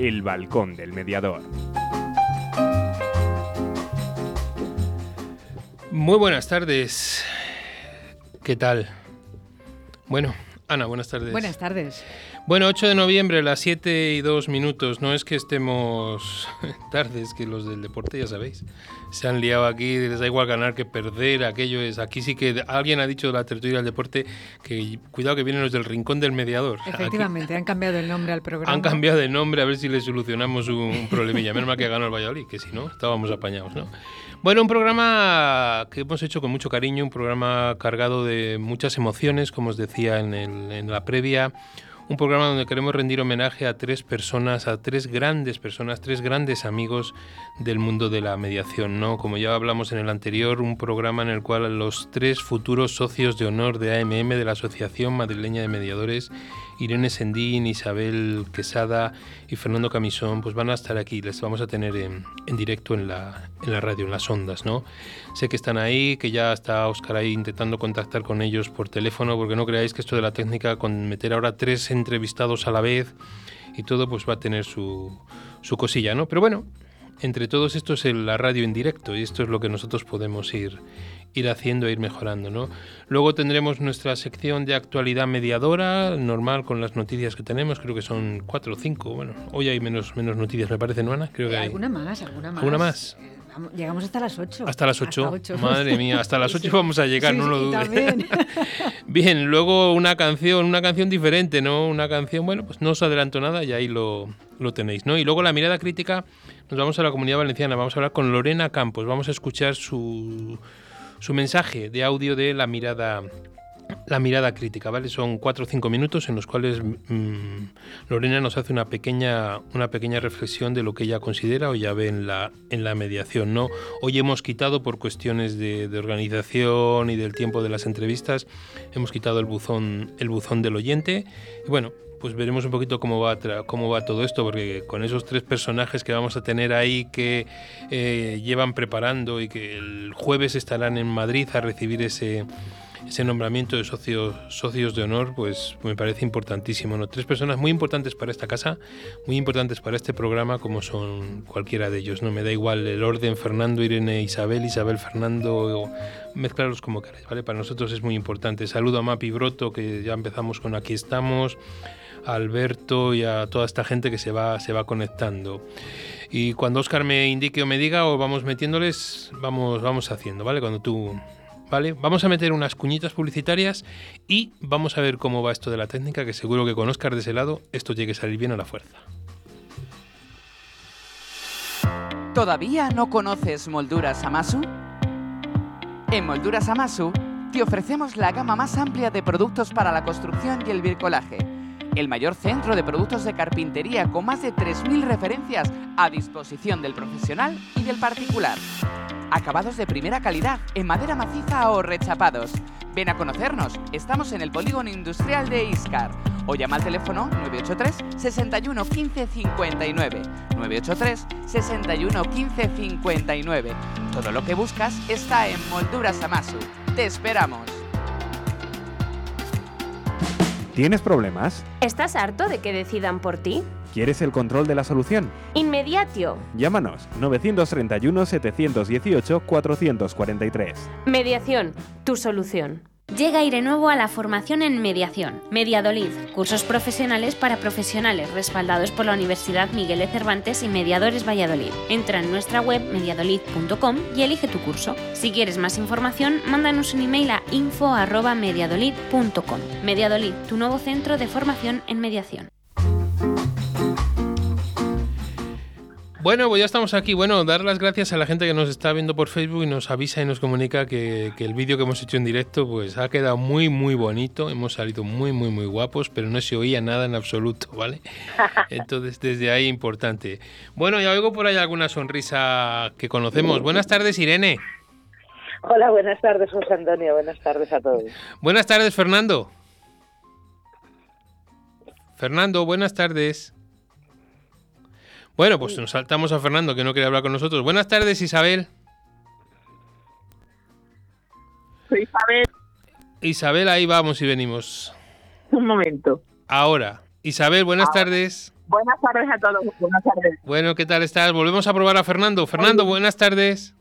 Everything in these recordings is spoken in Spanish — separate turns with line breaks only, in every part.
El balcón del mediador.
Muy buenas tardes. ¿Qué tal? Bueno, Ana, buenas tardes.
Buenas tardes.
Bueno, 8 de noviembre, las 7:02. No es que estemos tardes, que los del deporte, ya sabéis, se han liado aquí, les da igual ganar que perder, aquello es... Aquí sí que alguien ha dicho de la tertulia del deporte que cuidado que vienen los del rincón del mediador.
Efectivamente,
aquí
han cambiado el nombre al programa.
han cambiado de nombre, a ver si le solucionamos un problemilla. Menos mal que ganó el Valladolid, que si no, estábamos apañados, ¿no? Bueno, un programa que hemos hecho con mucho cariño, un programa cargado de muchas emociones, como os decía en la previa. Un programa donde queremos rendir homenaje a tres grandes amigos del mundo de la mediación, ¿no? Como ya hablamos en el anterior, un programa en el cual los tres futuros socios de honor de AMM, de la Asociación Madrileña de Mediadores, Irene Sendín, Isabel Quesada y Fernando Camisón, pues van a estar aquí, les vamos a tener en directo en la radio, en las ondas, ¿no? Sé que están ahí, que ya está Óscar ahí intentando contactar con ellos por teléfono, porque no creáis que esto de la técnica, con meter ahora 3 entrevistados a la vez y todo, pues va a tener su cosilla, ¿no? Pero bueno, entre todos esto es la radio en directo y esto es lo que nosotros podemos ir haciendo e ir mejorando, ¿no? Luego tendremos nuestra sección de actualidad mediadora, normal con las noticias que tenemos, creo que son 4 o 5, bueno, hoy hay menos noticias, me parece, ¿no, Ana? Creo que hay...
¿Alguna más?
¿Alguna más?
Llegamos hasta las 8.
¿Hasta las 8? Madre mía, hasta las 8 sí. Vamos a llegar, sí, no lo dudes.
También.
Bien, luego una canción diferente, ¿no? Una canción, bueno, pues no os adelanto nada y ahí lo tenéis, ¿no? Y luego la mirada crítica, nos vamos a la Comunidad Valenciana, vamos a hablar con Lorena Campos, vamos a escuchar su mensaje de audio de la mirada crítica, ¿vale? Son 4 o 5 minutos en los cuales Lorena nos hace una pequeña reflexión de lo que ella considera o ya ve en la mediación, ¿no? Hoy hemos quitado, por cuestiones de organización y del tiempo de las entrevistas, hemos quitado el buzón del oyente y bueno, pues veremos un poquito cómo va todo esto, porque con esos 3 personajes que vamos a tener ahí que llevan preparando y que el jueves estarán en Madrid a recibir ese nombramiento de socios de honor, pues me parece importantísimo, ¿no? 3 personas muy importantes para esta casa, muy importantes para este programa, como son cualquiera de ellos, ¿no? Me da igual el orden, Fernando, Irene, Isabel, Fernando, mezclarlos como queráis, ¿vale? Para nosotros es muy importante. Saludo a Mapi Broto, que ya empezamos con Aquí estamos, a Alberto y a toda esta gente que se va conectando. Y cuando Óscar me indique o me diga, o vamos metiéndoles, vamos haciendo, ¿vale? Cuando tú... ¿Vale? Vamos a meter unas cuñitas publicitarias y vamos a ver cómo va esto de la técnica, que seguro que con Óscar de ese lado esto tiene que salir bien a la fuerza.
¿Todavía no conoces Molduras Amasu? En Molduras Amasu te ofrecemos la gama más amplia de productos para la construcción y el bricolaje. El mayor centro de productos de carpintería con más de 3.000 referencias a disposición del profesional y del particular. Acabados de primera calidad en madera maciza o rechapados. Ven a conocernos, estamos en el polígono industrial de Íscar. O llama al teléfono 983 61 15 59. 983 61 15 59. Todo lo que buscas está en Molduras Amasu. ¡Te esperamos!
¿Tienes problemas?
¿Estás harto de que decidan por ti?
¿Quieres el control de la solución?
Inmediatio.
Llámanos 931 718 443.
Mediación, tu solución.
Llega aire nuevo a la formación en mediación. Mediadolid, cursos profesionales para profesionales respaldados por la Universidad Miguel de Cervantes y Mediadores Valladolid. Entra en nuestra web mediadolid.com y elige tu curso. Si quieres más información, mándanos un email a info@mediadolid.com. Mediadolid, tu nuevo centro de formación en mediación.
Bueno, pues ya estamos aquí. Bueno, dar las gracias a la gente que nos está viendo por Facebook y nos avisa y nos comunica que el vídeo que hemos hecho en directo pues ha quedado muy, muy bonito. Hemos salido muy, muy, muy guapos, pero no se oía nada en absoluto, ¿vale? Entonces, desde ahí, importante. Bueno, ya oigo por ahí alguna sonrisa que conocemos. Buenas tardes, Irene.
Hola, buenas tardes, José Antonio. Buenas tardes a todos.
Buenas tardes, Fernando. Fernando, buenas tardes. Bueno, pues nos saltamos a Fernando, que no quiere hablar con nosotros. Buenas tardes, Isabel.
Soy Isabel.
Isabel, ahí vamos y venimos.
Un momento.
Ahora. Isabel, buenas tardes.
Buenas tardes a todos. Buenas tardes.
Bueno, ¿qué tal estás? Volvemos a probar a Fernando. Fernando, buenas tardes.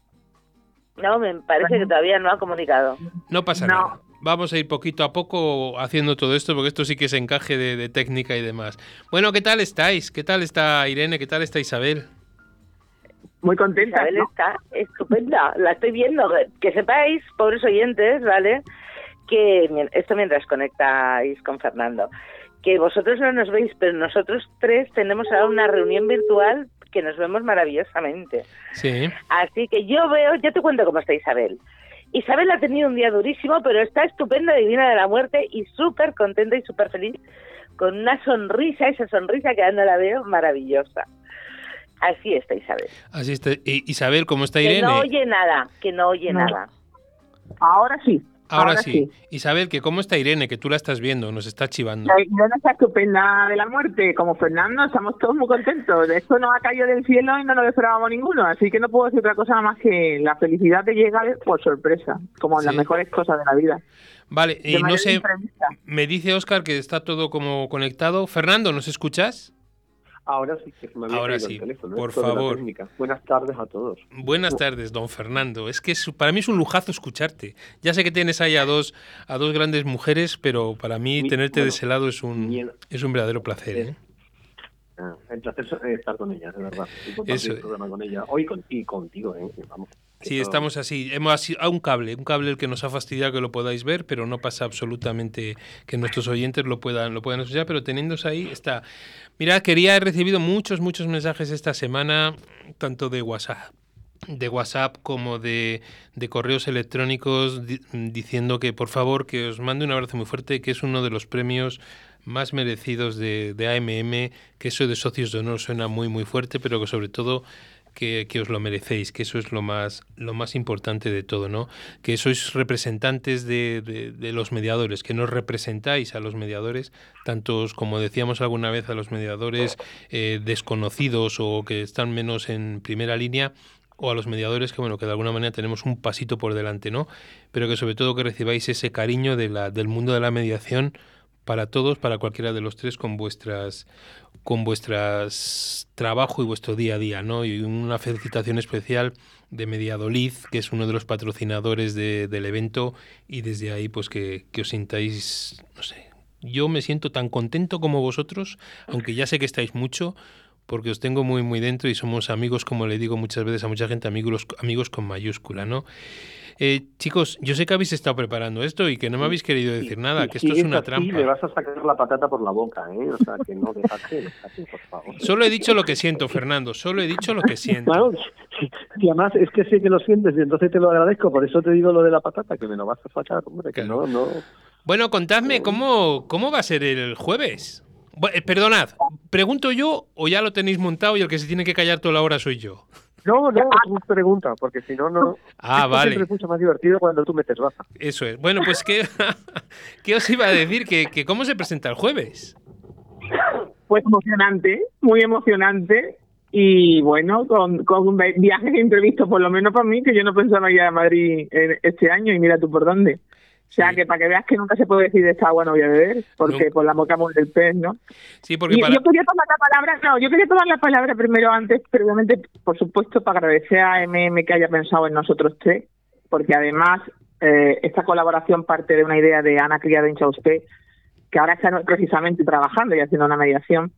No, me parece que todavía no ha comunicado.
No pasa nada. Vamos a ir poquito a poco haciendo todo esto, porque esto sí que es encaje de técnica y demás. Bueno, ¿qué tal estáis? ¿Qué tal está Irene? ¿Qué tal está Isabel?
Muy contenta.
Isabel está estupenda, la estoy viendo. Que sepáis, pobres oyentes, ¿vale? Que esto mientras conectáis con Fernando, que vosotros no nos veis, pero nosotros tres tenemos ahora una reunión virtual que nos vemos maravillosamente.
Sí.
Así que yo te cuento cómo está Isabel. Isabel ha tenido un día durísimo, pero está estupenda, divina de la muerte y súper contenta y súper feliz, con una sonrisa, esa sonrisa que no la veo, maravillosa. Así está Isabel.
Así está. Isabel, ¿cómo está Irene?
Que no oye nada.
Ahora sí.
Ahora sí. Isabel, que ¿cómo está Irene? Que tú la estás viendo, nos está chivando.
Irene está estupenda de la muerte. Como Fernando, estamos todos muy contentos. Esto nos ha caído del cielo y no nos lo esperábamos ninguno. Así que no puedo decir otra cosa nada más que la felicidad de llegar por sorpresa, como las mejores cosas de la vida.
Vale, y no sé, me dice Óscar que está todo como conectado. Fernando, ¿nos escuchas?
Ahora sí, que se me había caído el teléfono.
Por favor.
Buenas tardes a todos.
Buenas tardes, don Fernando. Es que para mí es un lujazo escucharte. Ya sé que tienes ahí a dos grandes mujeres, pero para mí tenerte de ese lado es un verdadero placer. ¿eh?
El placer es estar con ellas, de verdad.
Eso.
El programa con ella. Hoy y contigo, vamos.
Sí, estamos así. Hemos a un cable el que nos ha fastidiado que lo podáis ver, pero no pasa absolutamente que nuestros oyentes lo puedan escuchar, pero teniéndose ahí está. Mira, he recibido muchos mensajes esta semana, tanto de WhatsApp como de correos electrónicos diciendo que por favor que os mande un abrazo muy fuerte, que es uno de los premios más merecidos de AMM, que eso de socios de honor suena muy muy fuerte, pero que sobre todo que os lo merecéis, que eso es lo más importante de todo, ¿no? Que sois representantes de los mediadores, que nos representáis a los mediadores, tantos, como decíamos alguna vez, a los mediadores desconocidos o que están menos en primera línea, o a los mediadores que, bueno, que de alguna manera tenemos un pasito por delante, ¿no? Pero que sobre todo que recibáis ese cariño del mundo de la mediación para todos, para cualquiera de los tres, con vuestras trabajo y vuestro día a día, ¿no? Y una felicitación especial de Mediadolid, que es uno de los patrocinadores del evento, y desde ahí pues que os sintáis, no sé, yo me siento tan contento como vosotros, aunque ya sé que estáis mucho, porque os tengo muy muy dentro y somos amigos, como le digo muchas veces a mucha gente, amigos con mayúscula, ¿no? Chicos, yo sé que habéis estado preparando esto y que no me habéis querido decir nada, que esto es una trampa.
Le vas a sacar la patata por la boca, ¿eh? O sea, que no, déjate, por favor.
Solo he dicho lo que siento, Fernando, solo he dicho lo que siento.
Claro, y además es que sé que lo sientes y entonces te lo agradezco, por eso te digo lo de la patata, que me lo vas a sacar, hombre, que
claro.
no.
Bueno, contadme, ¿cómo va a ser el jueves? Perdonad, ¿pregunto yo o ya lo tenéis montado y el que se tiene que callar toda la hora soy yo?
No, tú pregunta, porque si no.
Ah, vale.
Siempre es mucho más divertido cuando tú metes baza.
Eso es. Bueno, pues ¿qué os iba a decir? ¿Que cómo se presenta el jueves?
Pues emocionante, muy emocionante. Y bueno, con viajes imprevistos, por lo menos para mí, que yo no pensaba ir a Madrid este año y mira tú por dónde. O sea, que para que veas que nunca se puede decir de esta agua no voy a beber, porque
no.
por la boca muere el pez, ¿no?
Sí, porque
yo quería tomar la palabra primero antes, previamente, por supuesto, para agradecer a MM que haya pensado en nosotros tres, porque además esta colaboración parte de una idea de Ana Criado Inchauste, que ahora está precisamente trabajando y haciendo una mediación,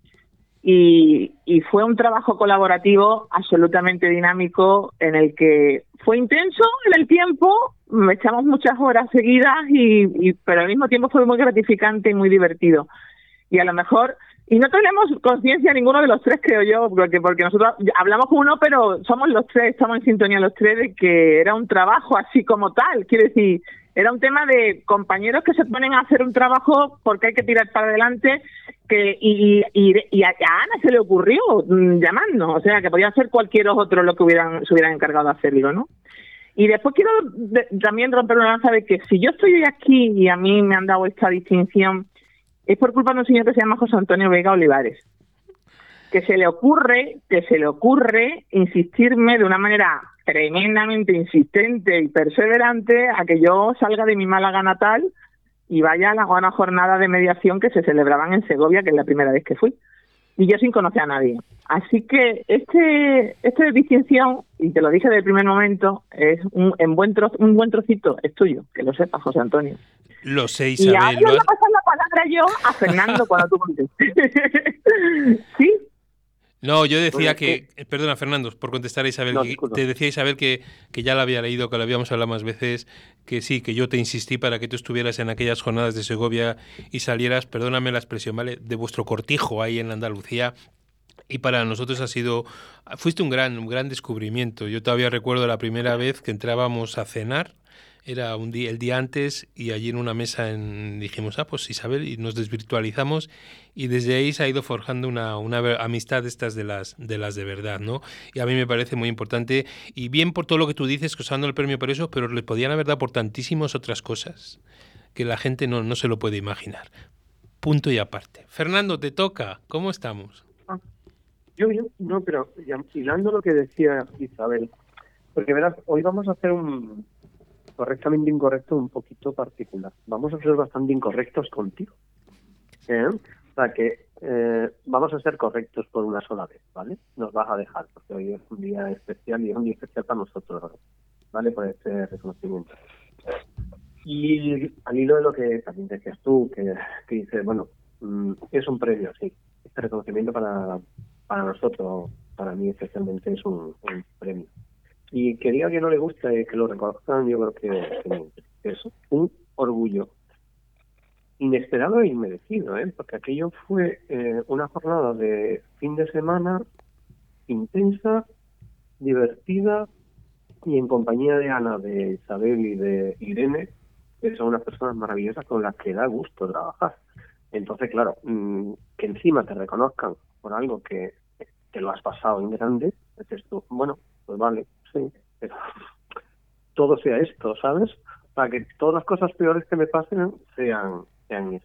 y fue un trabajo colaborativo absolutamente dinámico en el que fue intenso en el tiempo, echamos muchas horas seguidas, pero al mismo tiempo fue muy gratificante y muy divertido. Y a lo mejor, y no tenemos conciencia ninguno de los tres, creo yo, porque nosotros hablamos con uno, pero somos los tres, estamos en sintonía los tres de que era un trabajo así como tal, quiero decir, era un tema de compañeros que se ponen a hacer un trabajo porque hay que tirar para adelante, y a Ana se le ocurrió llamarnos, o sea, que podía ser cualquier otro lo que se hubieran encargado de hacerlo, ¿no? Y después quiero también romper una lanza de que si yo estoy aquí y a mí me han dado esta distinción, es por culpa de un señor que se llama José Antonio Vega Olivares, que se le ocurre insistirme de una manera tremendamente insistente y perseverante a que yo salga de mi Málaga natal y vaya a una jornada de mediación que se celebraban en Segovia, que es la primera vez que fui. Y yo sin conocer a nadie. Así que esta distinción, y te lo dije desde el primer momento, es un buen trocito, es tuyo, que lo sepas, José Antonio.
Lo sé,
Y
Isabel.
ahora le voy a pasar la palabra yo a Fernando cuando tú contestes. ¿Sí?
No, yo decía que... Perdona, Fernando, por contestar a Isabel.
No,
Te decía, Isabel, que ya la había leído, que lo habíamos hablado más veces, que sí, que yo te insistí para que tú estuvieras en aquellas jornadas de Segovia y salieras, perdóname la expresión, ¿vale?, de vuestro cortijo ahí en Andalucía. Y para nosotros fuiste un gran descubrimiento. Yo todavía recuerdo la primera vez que entrábamos a cenar, era el día antes, y allí en una mesa dijimos, pues Isabel, y nos desvirtualizamos, y desde ahí se ha ido forjando una amistad de las de verdad, ¿no? Y a mí me parece muy importante, y bien por todo lo que tú dices, que os han dado el premio por eso, pero le podían haber dado por tantísimas otras cosas que la gente no se lo puede imaginar. Punto y aparte. Fernando, te toca. ¿Cómo estamos?
Yo, no, pero hilando lo que decía Isabel, porque verás, hoy vamos a hacer un correctamente incorrecto un poquito particular. Vamos a ser bastante incorrectos contigo. O sea que vamos a ser correctos por una sola vez, ¿vale? Nos vas a dejar, porque hoy es un día especial y es un día especial para nosotros, ¿vale? Por este reconocimiento. Y al hilo de lo que también decías tú, que dices, bueno, es un premio, sí. Este reconocimiento para nosotros, para mí especialmente, es un premio. Y que diga que no le gusta y que lo reconozcan, yo creo que es un orgullo inesperado e inmerecido, porque aquello fue una jornada de fin de semana intensa, divertida, y en compañía de Ana, de Isabel y de Irene, que son unas personas maravillosas con las que da gusto trabajar. Entonces, claro, que encima te reconozcan por algo que te lo has pasado en grande, dices tú, bueno, pues vale, sí, pero todo sea esto, ¿sabes? Para que todas las cosas peores que me pasen sean eso.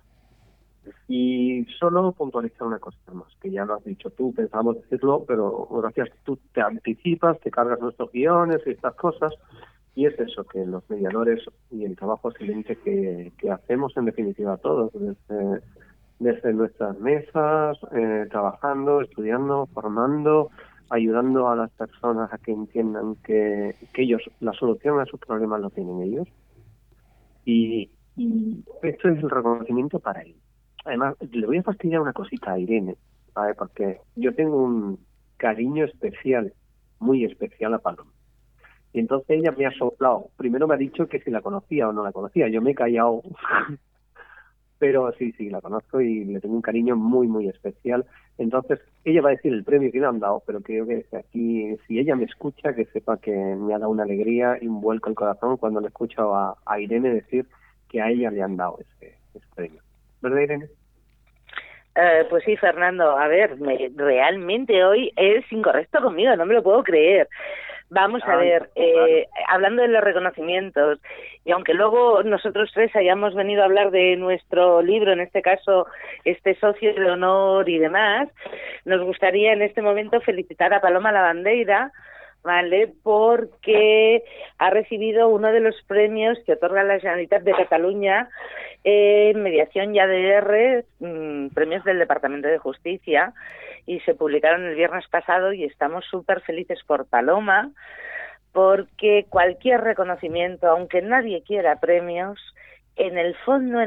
Y solo puntualizar una cosa más, que ya lo has dicho tú, pensábamos decirlo, pero gracias, tú te anticipas, te cargas nuestros guiones y estas cosas, y es eso, que los mediadores y el trabajo excelente que hacemos en definitiva todos, desde nuestras mesas, trabajando, estudiando, formando, ayudando a las personas a que entiendan que ellos, la solución a sus problemas lo tienen ellos. Y esto es el reconocimiento para él. Además, le voy a fastidiar una cosita a Irene, ¿vale? Porque yo tengo un cariño especial, muy especial a Paloma. Y entonces ella me ha soplado. Primero me ha dicho que si la conocía o no la conocía. Yo me he callado. Pero sí, la conozco y le tengo un cariño muy, muy especial. Entonces, ella va a decir el premio que le han dado, pero creo que aquí, si ella me escucha, que sepa que me ha dado una alegría y un vuelco al corazón cuando le escucho a Irene decir que a ella le han dado ese premio. ¿Verdad, Irene?
Pues sí, Fernando. A ver, realmente hoy es incorrecto conmigo, no me lo puedo creer. Vamos a ver, hablando de los reconocimientos, y aunque luego nosotros tres hayamos venido a hablar de nuestro libro, en este caso, este socio de honor y demás, nos gustaría en este momento felicitar a Paloma Lavandeira, ¿vale?, porque ha recibido uno de los premios que otorga la Generalitat de Cataluña en mediación y ADR, premios del Departamento de Justicia, y se publicaron el viernes pasado y estamos súper felices por Paloma, porque cualquier reconocimiento, aunque nadie quiera premios, en el fondo,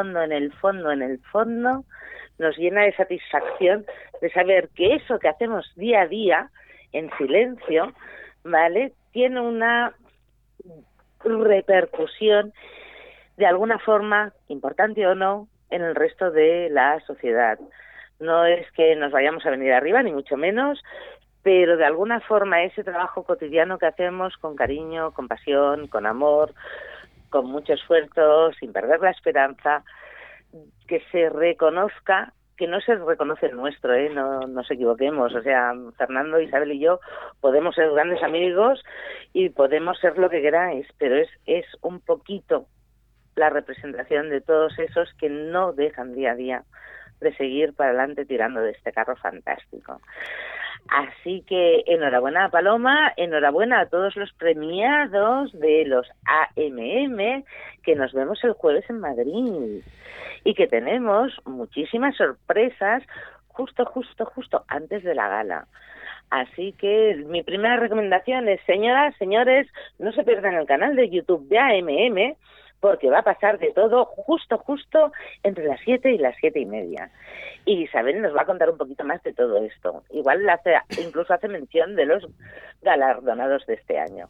nos llena de satisfacción de saber que eso que hacemos día a día, en silencio, ¿vale?, tiene una repercusión, de alguna forma, importante o no, en el resto de la sociedad. No es que nos vayamos a venir arriba, ni mucho menos, pero de alguna forma ese trabajo cotidiano que hacemos con cariño, con pasión, con amor, con mucho esfuerzo, sin perder la esperanza, que se reconozca, que no se reconoce el nuestro, no nos equivoquemos. O sea, Fernando, Isabel y yo podemos ser grandes amigos y podemos ser lo que queráis, pero es un poquito la representación de todos esos que no dejan día a día de seguir para adelante tirando de este carro fantástico. Así que enhorabuena a Paloma, enhorabuena a todos los premiados de los AMM, que nos vemos el jueves en Madrid y que tenemos muchísimas sorpresas justo antes de la gala. Así que mi primera recomendación es, señoras, señores, no se pierdan el canal de YouTube de AMM, porque va a pasar de todo justo entre las 7 y las 7:30. Y Isabel nos va a contar un poquito más de todo esto. Igual incluso hace mención de los galardonados de este año.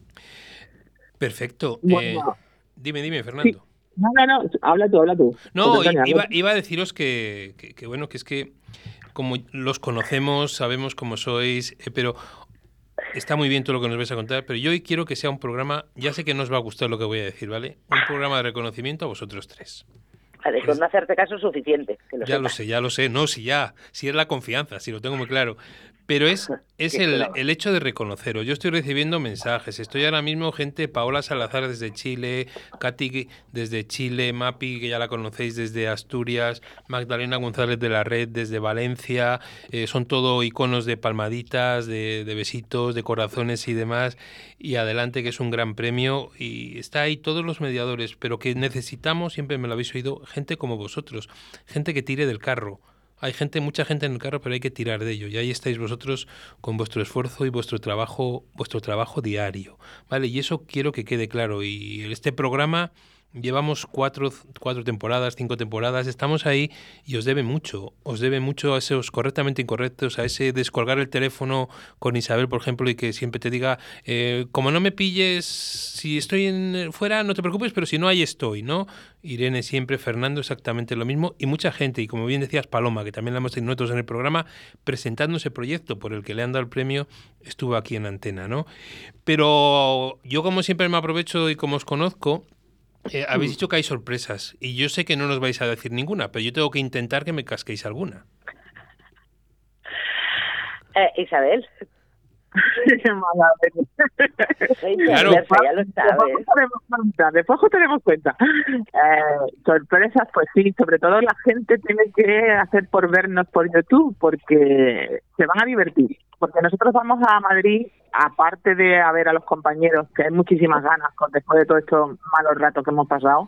Perfecto.
Bueno.
Dime, Fernando.
Sí. No, habla tú.
No,
Antonio,
iba a deciros que bueno, que es que como los conocemos, sabemos cómo sois, pero está muy bien todo lo que nos vais a contar, pero yo hoy quiero que sea un programa, ya sé que no os va a gustar lo que voy a decir, ¿vale? Un programa de reconocimiento a vosotros tres.
Vale, con no hacerte caso es suficiente.
Ya lo sé. No, si es la confianza, si lo tengo muy claro. Pero es el hecho de reconoceros. Yo estoy recibiendo mensajes. Estoy ahora mismo gente, Paola Salazar desde Chile, Katy desde Chile, Mapi, que ya la conocéis desde Asturias, Magdalena González de la Red desde Valencia. Son todo iconos de palmaditas, de besitos, de corazones y demás. Y adelante, que es un gran premio. Y está ahí todos los mediadores, pero que necesitamos, siempre me lo habéis oído, gente como vosotros, gente que tire del carro. Hay mucha gente en el carro, pero hay que tirar de ello. Y ahí estáis vosotros con vuestro esfuerzo y vuestro trabajo diario, ¿vale? Y eso quiero que quede claro. Y este programa llevamos 4 temporadas, 5 temporadas, estamos ahí y os debe mucho a esos correctamente incorrectos, a ese descolgar el teléfono con Isabel, por ejemplo, y que siempre te diga, como no me pilles, si estoy fuera, no te preocupes, pero si no, ahí estoy, ¿no? Irene siempre, Fernando exactamente lo mismo, y mucha gente, y como bien decías, Paloma, que también la hemos tenido nosotros en el programa, presentando ese proyecto por el que le han dado el premio, estuvo aquí en antena, ¿no? Pero yo, como siempre, me aprovecho y como os conozco, habéis dicho que hay sorpresas y yo sé que no nos vais a decir ninguna, pero yo tengo que intentar que me casquéis alguna.
Isabel.
Claro.
Ya lo sabes.
Después tenemos cuenta. Sorpresas, pues sí, sobre todo la gente tiene que hacer por vernos por YouTube, porque se van a divertir. Porque nosotros vamos a Madrid, aparte de a ver a los compañeros, que hay muchísimas ganas después de todos estos malos ratos que hemos pasado,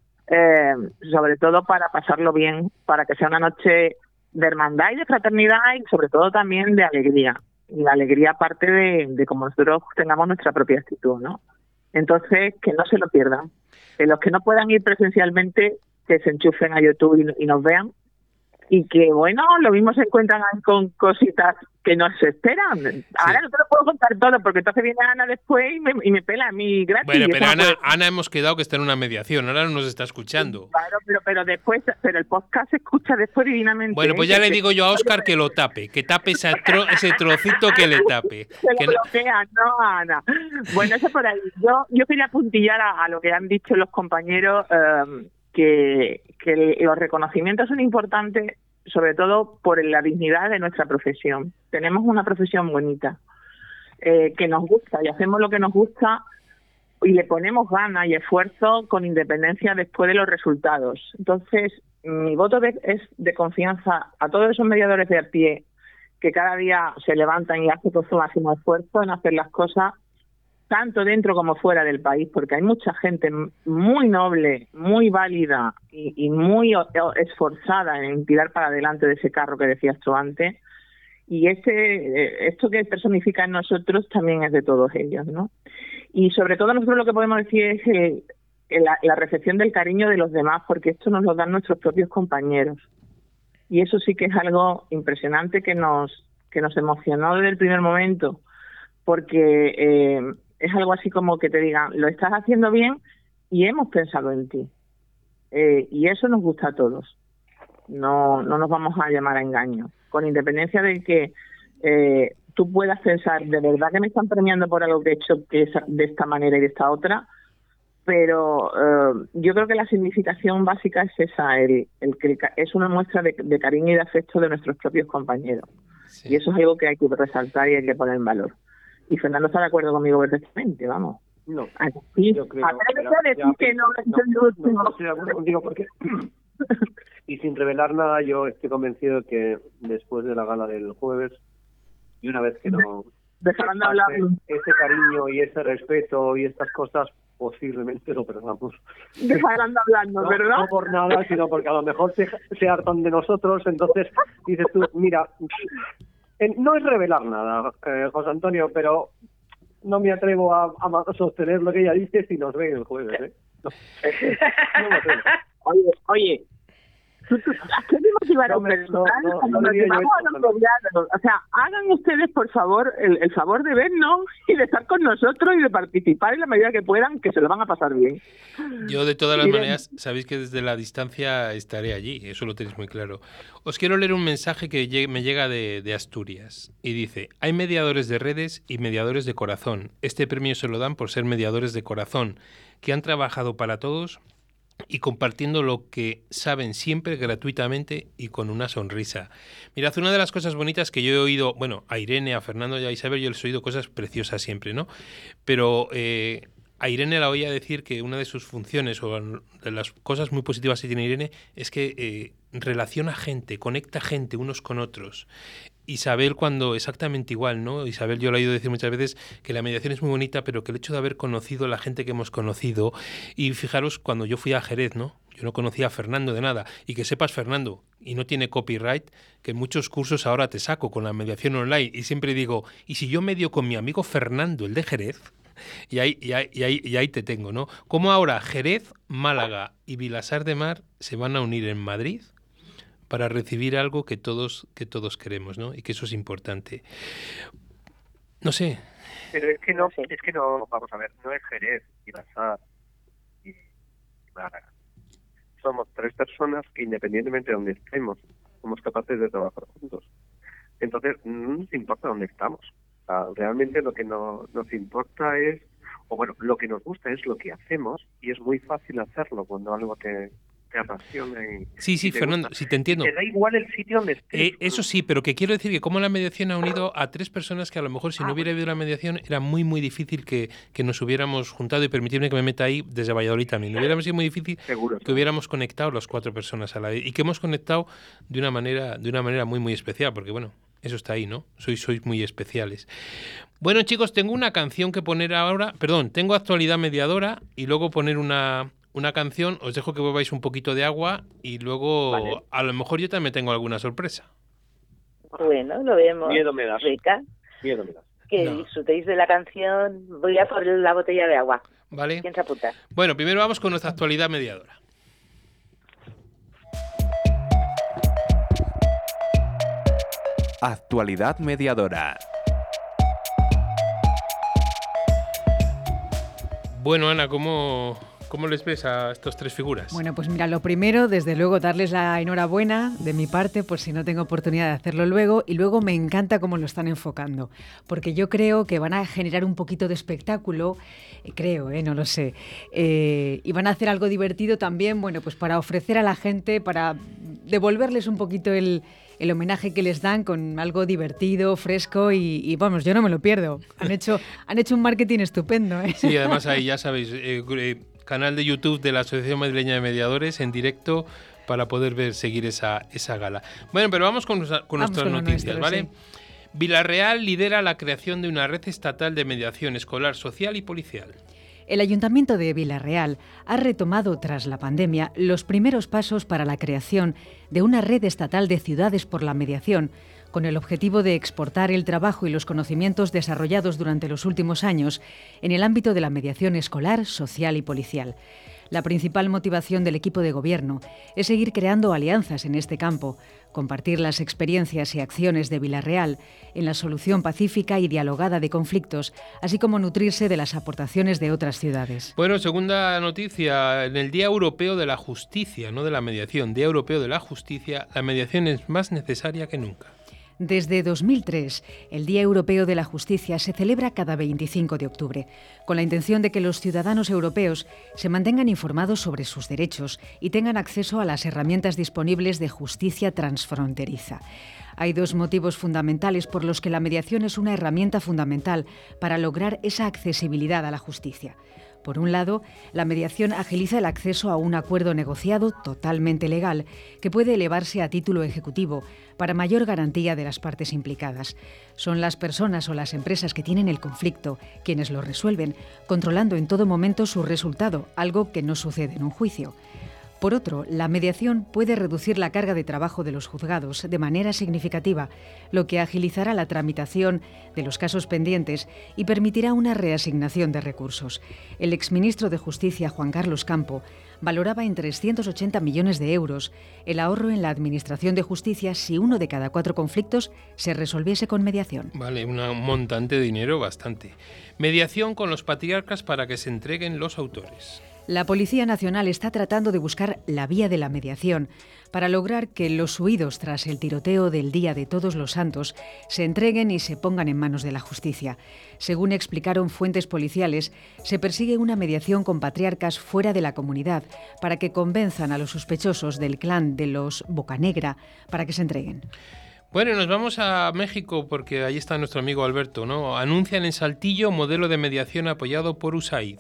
sobre todo para pasarlo bien, para que sea una noche de hermandad y de fraternidad y sobre todo también de alegría. Y la alegría parte de como nosotros tengamos nuestra propia actitud, ¿no? Entonces, que no se lo pierdan. Que los que no puedan ir presencialmente, que se enchufen a YouTube y nos vean. Y que, bueno, lo mismo se encuentran con cositas que no se esperan. Ahora no te lo puedo contar todo, porque entonces viene Ana después y me pela a mí gratis.
Bueno, pero Ana hemos quedado que está en una mediación, ahora no nos está escuchando.
Claro, pero el podcast se escucha después divinamente.
Bueno, pues ya le digo yo a Óscar que lo tape, que tape ese trocito que le tape.
Se lo bloquea, no, Ana. Bueno, eso por ahí. Yo quería apuntillar a lo que han dicho los compañeros, que los reconocimientos son importantes, sobre todo por la dignidad de nuestra profesión. Tenemos una profesión bonita, que nos gusta y hacemos lo que nos gusta y le ponemos ganas y esfuerzo con independencia después de los resultados. Entonces, mi voto es de confianza a todos esos mediadores de a pie que cada día se levantan y hacen con su máximo esfuerzo en hacer las cosas tanto dentro como fuera del país, porque hay mucha gente muy noble, muy válida y muy esforzada en tirar para adelante de ese carro que decías tú antes, y esto que personifica en nosotros también es de todos ellos, ¿no? Y sobre todo nosotros lo que podemos decir es la recepción del cariño de los demás, porque esto nos lo dan nuestros propios compañeros, y eso sí que es algo impresionante que nos emocionó desde el primer momento, porque es algo así como que te digan, lo estás haciendo bien y hemos pensado en ti. Y eso nos gusta a todos. No nos vamos a llamar a engaño. Con independencia de que tú puedas pensar, de verdad que me están premiando por algo que he hecho que es de esta manera y de esta otra, pero yo creo que la significación básica es esa, el que es una muestra de cariño y de afecto de nuestros propios compañeros. Sí. Y eso es algo que hay que resaltar y hay que poner en valor. Y Fernando está de acuerdo conmigo perfectamente, vamos.
No,
sí.
Yo creo
que no
estoy de acuerdo contigo porque y sin revelar nada, yo estoy convencido que después de la gala del jueves Y una vez que no
dejarán de hablar.
ese cariño y ese respeto y estas cosas, posiblemente lo perdamos.
Dejarán de hablarnos, ¿verdad?
No por nada, sino porque a lo mejor se hartan de nosotros. Entonces dices tú, mira, no es revelar nada, José Antonio, pero no me atrevo a sostener lo que ella dice si nos ven el jueves, ¿eh? No me atrevo.
Oye, ¿qué te motivará un personal? O sea, hagan ustedes, por favor, el favor de vernos y de estar con nosotros y de participar en la medida que puedan, que se lo van a pasar bien.
Yo, de todas las maneras, sabéis que desde la distancia estaré allí, eso lo tenéis muy claro. Os quiero leer un mensaje que me llega de Asturias y dice: hay mediadores de redes y mediadores de corazón. Este premio se lo dan por ser mediadores de corazón, que han trabajado para todos y compartiendo lo que saben siempre gratuitamente y con una sonrisa. Mirad, una de las cosas bonitas que yo he oído, bueno, a Irene, a Fernando y a Isabel, yo les he oído cosas preciosas siempre, ¿no? Pero a Irene la oía decir que una de sus funciones o de las cosas muy positivas que tiene Irene es que relaciona gente, conecta gente unos con otros. Isabel cuando exactamente igual, ¿no? Isabel, yo le he oído decir muchas veces que la mediación es muy bonita, pero que el hecho de haber conocido a la gente que hemos conocido, y fijaros, cuando yo fui a Jerez, ¿no? Yo no conocía a Fernando de nada, y que sepas, Fernando, y no tiene copyright, que en muchos cursos ahora te saco con la mediación online, y siempre digo, ¿y si yo medio con mi amigo Fernando, el de Jerez? Y ahí te tengo, ¿no? Como ahora Jerez, Málaga y Vilasar de Mar se van a unir en Madrid para recibir algo que todos queremos, ¿no? Y que eso es importante. No sé.
Pero es que no, vamos a ver, no es Jerez y Vilasar y Málaga. Somos 3 personas que, independientemente de donde estemos, somos capaces de trabajar juntos. Entonces, no nos importa dónde estamos. O sea, realmente lo que nos importa es, o bueno, lo que nos gusta es lo que hacemos, y es muy fácil hacerlo cuando algo te apasiona.
Sí, Fernando,
gusta.
sí, te entiendo.
Te da igual el sitio donde estés.
Eso sí, pero que quiero decir que como la mediación ha unido a 3 personas que a lo mejor si no hubiera habido la mediación era muy, muy difícil que nos hubiéramos juntado, y permitirme que me meta ahí desde Valladolid también. Hubiera sido muy difícil que hubiéramos conectado las 4 personas a la vez, y que hemos conectado de una manera muy, muy especial, porque bueno, eso está ahí, ¿no? Sois muy especiales. Bueno, chicos, tengo una canción que poner ahora. Perdón, tengo actualidad mediadora y luego poner una canción. Os dejo que bebáis un poquito de agua y luego vale. A lo mejor yo también tengo alguna sorpresa.
Bueno, lo vemos.
Miedo me das.
Rica.
Miedo me das.
Que disfrutéis de la canción. Voy a por la botella de agua.
Vale.
¿Quién se apunta?
Bueno, primero vamos con nuestra actualidad mediadora.
Actualidad mediadora.
Bueno, Ana, ¿cómo les ves a estos 3 figuras?
Bueno, pues mira, lo primero, desde luego, darles la enhorabuena de mi parte, por si no tengo oportunidad de hacerlo luego, y luego me encanta cómo lo están enfocando, porque yo creo que van a generar un poquito de espectáculo, no lo sé, y van a hacer algo divertido también, bueno, pues para ofrecer a la gente, para devolverles un poquito el homenaje que les dan con algo divertido, fresco y vamos, yo no me lo pierdo. Han hecho un marketing estupendo, ¿eh?
Sí, además ahí ya sabéis, canal de YouTube de la Asociación Madrileña de Mediadores en directo para poder seguir esa gala. Bueno, pero vamos con nuestras noticias, ¿vale? Sí. Vilarreal lidera la creación de una red estatal de mediación escolar, social y policial.
El Ayuntamiento de Vilarreal ha retomado tras la pandemia los primeros pasos para la creación de una red estatal de ciudades por la mediación, con el objetivo de exportar el trabajo y los conocimientos desarrollados durante los últimos años en el ámbito de la mediación escolar, social y policial. La principal motivación del equipo de gobierno es seguir creando alianzas en este campo, compartir las experiencias y acciones de Vilarreal en la solución pacífica y dialogada de conflictos, así como nutrirse de las aportaciones de otras ciudades.
Bueno, segunda noticia, en el Día Europeo de la Justicia, no de la mediación, Día Europeo de la Justicia, la mediación es más necesaria que nunca.
Desde 2003, el Día Europeo de la Justicia se celebra cada 25 de octubre, con la intención de que los ciudadanos europeos se mantengan informados sobre sus derechos y tengan acceso a las herramientas disponibles de justicia transfronteriza. Hay 2 motivos fundamentales por los que la mediación es una herramienta fundamental para lograr esa accesibilidad a la justicia. Por un lado, la mediación agiliza el acceso a un acuerdo negociado totalmente legal, que puede elevarse a título ejecutivo para mayor garantía de las partes implicadas. Son las personas o las empresas que tienen el conflicto quienes lo resuelven, controlando en todo momento su resultado, algo que no sucede en un juicio. Por otro, la mediación puede reducir la carga de trabajo de los juzgados de manera significativa, lo que agilizará la tramitación de los casos pendientes y permitirá una reasignación de recursos. El exministro de Justicia, Juan Carlos Campo, valoraba en 380 millones de euros el ahorro en la Administración de Justicia si 1 de cada 4 conflictos se resolviese con mediación.
Vale, un montante de dinero bastante. Mediación con los patriarcas para que se entreguen los autores.
La Policía Nacional está tratando de buscar la vía de la mediación para lograr que los huidos tras el tiroteo del Día de Todos los Santos se entreguen y se pongan en manos de la justicia. Según explicaron fuentes policiales, se persigue una mediación con patriarcas fuera de la comunidad para que convenzan a los sospechosos del clan de los Bocanegra para que se entreguen.
Bueno, nos vamos a México porque ahí está nuestro amigo Alberto, ¿no? Anuncian en Saltillo modelo de mediación apoyado por USAID.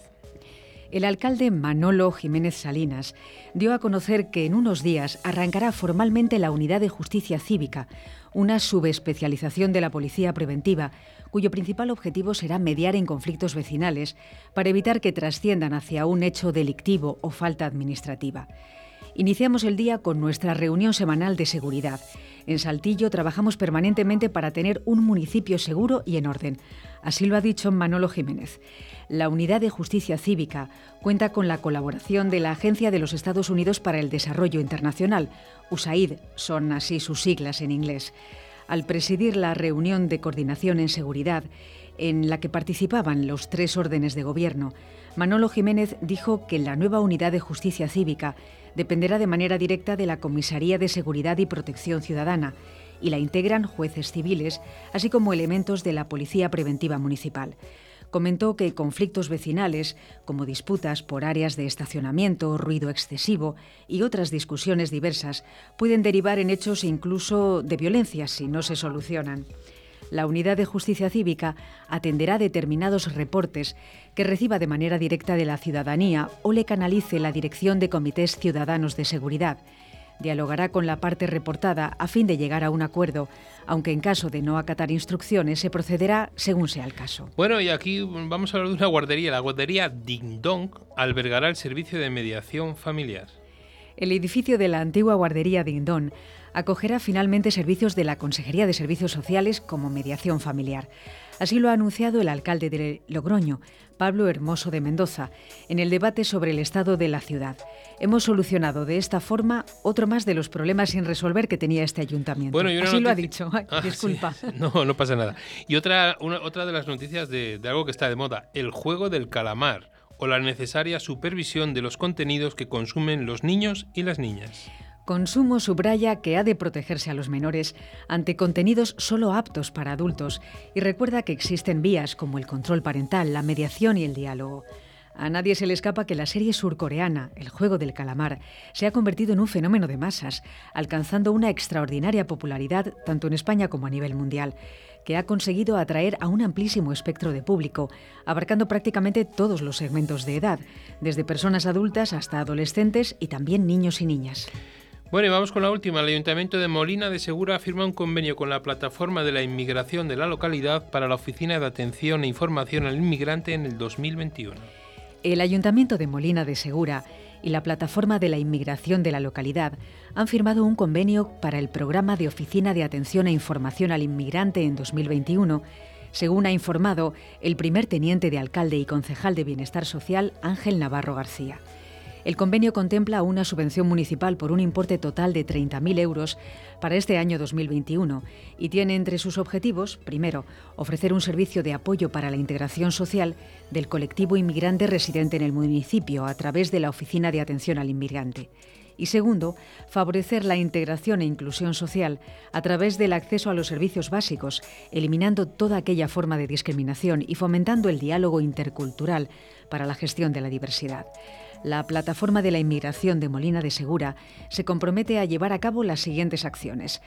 El alcalde Manolo Jiménez Salinas dio a conocer que en unos días arrancará formalmente la Unidad de Justicia Cívica, una subespecialización de la Policía Preventiva, cuyo principal objetivo será mediar en conflictos vecinales para evitar que trasciendan hacia un hecho delictivo o falta administrativa. Iniciamos el día con nuestra reunión semanal de seguridad. En Saltillo trabajamos permanentemente para tener un municipio seguro y en orden. Así lo ha dicho Manolo Jiménez. La Unidad de Justicia Cívica cuenta con la colaboración de la Agencia de los Estados Unidos para el Desarrollo Internacional, USAID, son así sus siglas en inglés. Al presidir la reunión de coordinación en seguridad, en la que participaban los 3 órdenes de gobierno, Manolo Jiménez dijo que la nueva Unidad de Justicia Cívica dependerá de manera directa de la Comisaría de Seguridad y Protección Ciudadana y la integran jueces civiles, así como elementos de la Policía Preventiva Municipal. Comentó que conflictos vecinales, como disputas por áreas de estacionamiento, ruido excesivo y otras discusiones diversas, pueden derivar en hechos incluso de violencia si no se solucionan. La Unidad de Justicia Cívica atenderá determinados reportes que reciba de manera directa de la ciudadanía o le canalice la Dirección de Comités Ciudadanos de Seguridad. Dialogará con la parte reportada a fin de llegar a un acuerdo, aunque en caso de no acatar instrucciones se procederá según sea el caso.
Bueno, y aquí vamos a hablar de una guardería. La guardería Ding Dong albergará el servicio de mediación familiar.
El edificio de la antigua guardería Ding Dong acogerá finalmente servicios de la Consejería de Servicios Sociales como mediación familiar. Así lo ha anunciado el alcalde de Logroño, Pablo Hermoso de Mendoza, en el debate sobre el estado de la ciudad. Hemos solucionado de esta forma otro más de los problemas sin resolver que tenía este ayuntamiento.
Bueno,
Así lo ha dicho. Ay, disculpa.
Sí. No pasa nada. Y otra de las noticias de algo que está de moda, el juego del calamar o la necesaria supervisión de los contenidos que consumen los niños y las niñas.
Consumo subraya que ha de protegerse a los menores ante contenidos solo aptos para adultos y recuerda que existen vías como el control parental, la mediación y el diálogo. A nadie se le escapa que la serie surcoreana, El juego del calamar, se ha convertido en un fenómeno de masas, alcanzando una extraordinaria popularidad tanto en España como a nivel mundial, que ha conseguido atraer a un amplísimo espectro de público, abarcando prácticamente todos los segmentos de edad, desde personas adultas hasta adolescentes y también niños y niñas.
Bueno, y vamos con la última. El Ayuntamiento de Molina de Segura firma un convenio con la Plataforma de la Inmigración de la localidad para la Oficina de Atención e Información al Inmigrante en el 2021.
El Ayuntamiento de Molina de Segura y la Plataforma de la Inmigración de la localidad han firmado un convenio para el programa de Oficina de Atención e Información al Inmigrante en 2021, según ha informado el primer teniente de alcalde y concejal de Bienestar Social, Ángel Navarro García. El convenio contempla una subvención municipal por un importe total de 30.000 euros para este año 2021 y tiene entre sus objetivos, primero, ofrecer un servicio de apoyo para la integración social del colectivo inmigrante residente en el municipio a través de la Oficina de Atención al Inmigrante. Y segundo, favorecer la integración e inclusión social a través del acceso a los servicios básicos, eliminando toda aquella forma de discriminación y fomentando el diálogo intercultural para la gestión de la diversidad. La Plataforma de la Inmigración de Molina de Segura se compromete a llevar a cabo las siguientes acciones.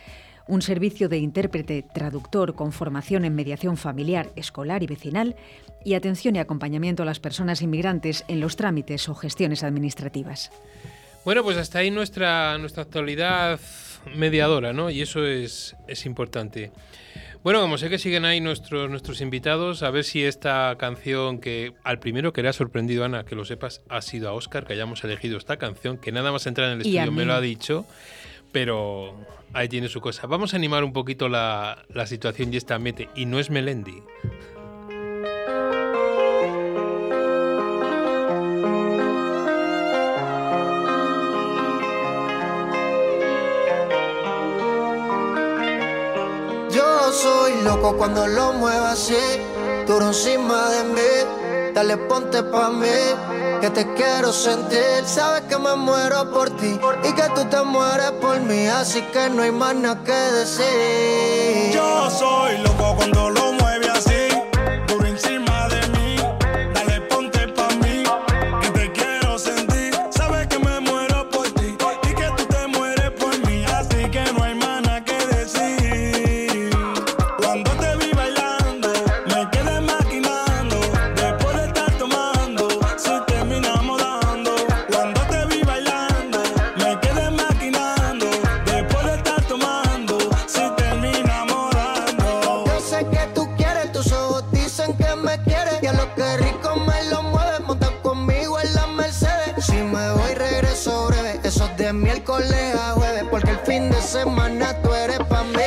un servicio de intérprete traductor con formación en mediación familiar, escolar y vecinal, y atención y acompañamiento a las personas inmigrantes en los trámites o gestiones administrativas.
Bueno, pues hasta ahí nuestra actualidad mediadora, ¿no? Y eso es importante. Bueno, como sé que siguen ahí nuestros invitados, a ver si esta canción que al primero que le ha sorprendido, Ana, que lo sepas, ha sido a Óscar, que hayamos elegido esta canción, que nada más entrar en el estudio me lo ha dicho, pero ahí tiene su cosa. Vamos a animar un poquito la situación y esta mete, y no es Melendi.
Soy loco cuando lo muevas así, duro encima de mí. Dale, ponte pa' mí, que te quiero sentir. Sabes que me muero por ti y que tú te mueres por mí, así que no hay más nada que decir.
Yo soy loco cuando lo mueves así, duro encima de mí. Dale, ponte pa' mí, que te quiero sentir. Sabes que me muero por ti y que tú te mueres por mí, así que no hay más nada que decir. Cuando te vi bailando, me quedé maquinando. Después de estar tomando, si terminamos dando. Cuando te vi bailando, me quedé maquinando. Después de estar tomando, si terminamos dando.
Yo sé que tú quieres, tus ojos dicen que me quieres. Y a lo que rico me lo mueves, monta conmigo en la Mercedes. Si me voy regreso breve, eso de miércoles a jueves, porque el fin de semana tú eres pa' mí.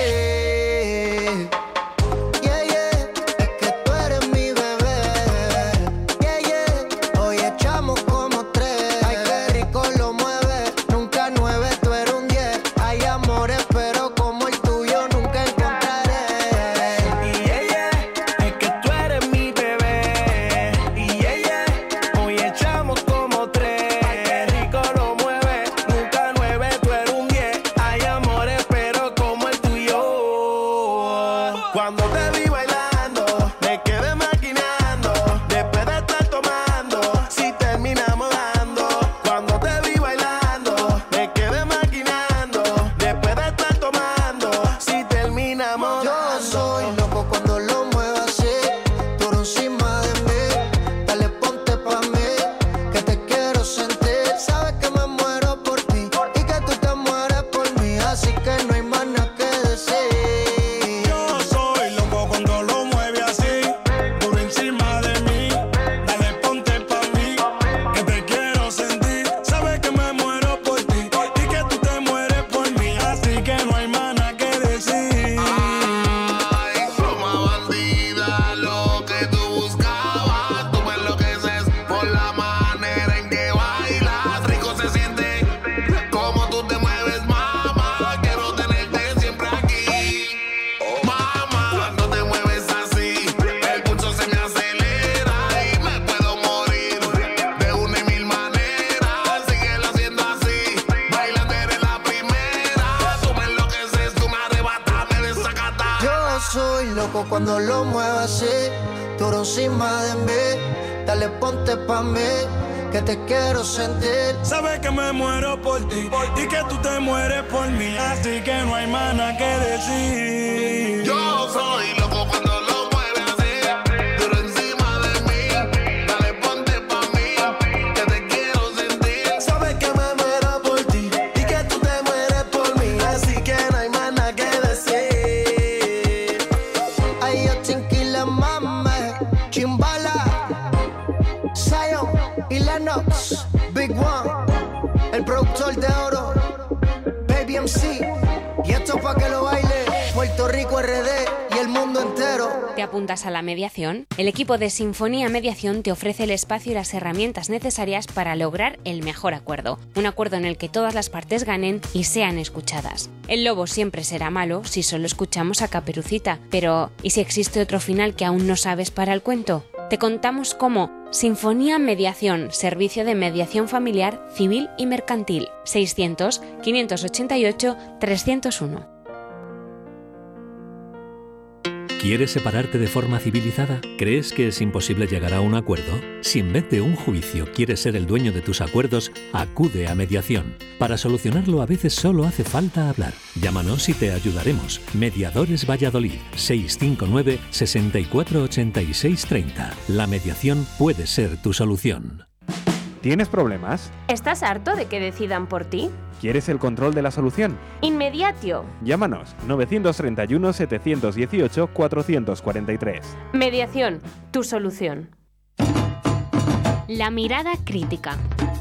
Cuando lo muevas así, duro encima de mí. Dale, ponte pa' mí, que te quiero sentir.
Sabes que me muero por ti y que tú te mueres por mí, así que no hay más nada que decir.
Yo soy loco cuando lo mueves así, duro encima de mí. Dale, ponte pa' mí, que te quiero sentir.
Sabes que me muero por ti y que tú te mueres por mí, así que no hay más nada que decir. Big One, el productor de oro, Baby MC, y esto pa' que lo baile Puerto Rico RD y el mundo entero.
¿Te apuntas a la mediación? El equipo de Sinfonía Mediación te ofrece el espacio y las herramientas necesarias para lograr el mejor acuerdo. Un acuerdo en el que todas las partes ganen y sean escuchadas. El lobo siempre será malo si solo escuchamos a Caperucita, pero ¿y si existe otro final que aún no sabes para el cuento? Te contamos cómo. Sinfonía Mediación, servicio de mediación familiar, civil y mercantil. 600 588 301.
¿Quieres separarte de forma civilizada? ¿Crees que es imposible llegar a un acuerdo? Si en vez de un juicio quieres ser el dueño de tus acuerdos, acude a mediación. Para solucionarlo a veces solo hace falta hablar. Llámanos y te ayudaremos. Mediadores Valladolid, 659 64 86 30. La mediación puede ser tu solución.
¿Tienes problemas?
¿Estás harto de que decidan por ti?
¿Quieres el control de la solución?
Inmediatio.
Llámanos 931 718 443.
Mediación, tu solución.
La mirada crítica.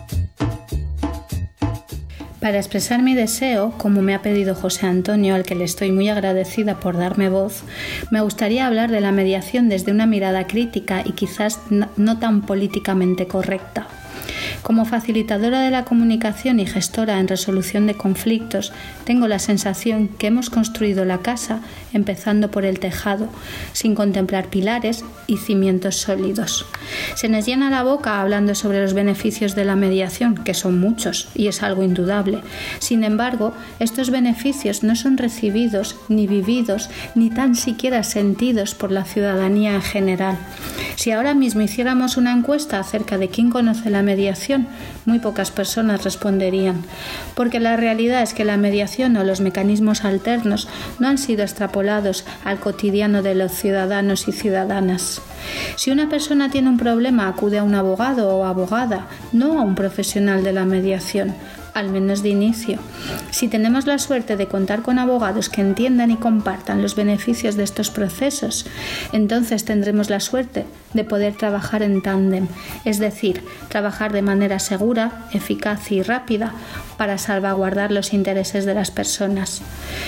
Para expresar mi deseo, como me ha pedido José Antonio, al que le estoy muy agradecida por darme voz, me gustaría hablar de la mediación desde una mirada crítica y quizás no tan políticamente correcta. Como facilitadora de la comunicación y gestora en resolución de conflictos, tengo la sensación que hemos construido la casa empezando por el tejado, sin contemplar pilares y cimientos sólidos. Se nos llena la boca hablando sobre los beneficios de la mediación, que son muchos y es algo indudable. Sin embargo, estos beneficios no son recibidos, ni vividos, ni tan siquiera sentidos por la ciudadanía en general. Si ahora mismo hiciéramos una encuesta acerca de quién conoce la mediación, muy pocas personas responderían, porque la realidad es que la mediación o los mecanismos alternos no han sido extrapolados al cotidiano de los ciudadanos y ciudadanas. Si una persona tiene un problema, acude a un abogado o abogada, no a un profesional de la mediación, al menos de inicio. Si tenemos la suerte de contar con abogados que entiendan y compartan los beneficios de estos procesos, entonces tendremos la suerte de poder trabajar en tándem, es decir, trabajar de manera segura, eficaz y rápida para salvaguardar los intereses de las personas.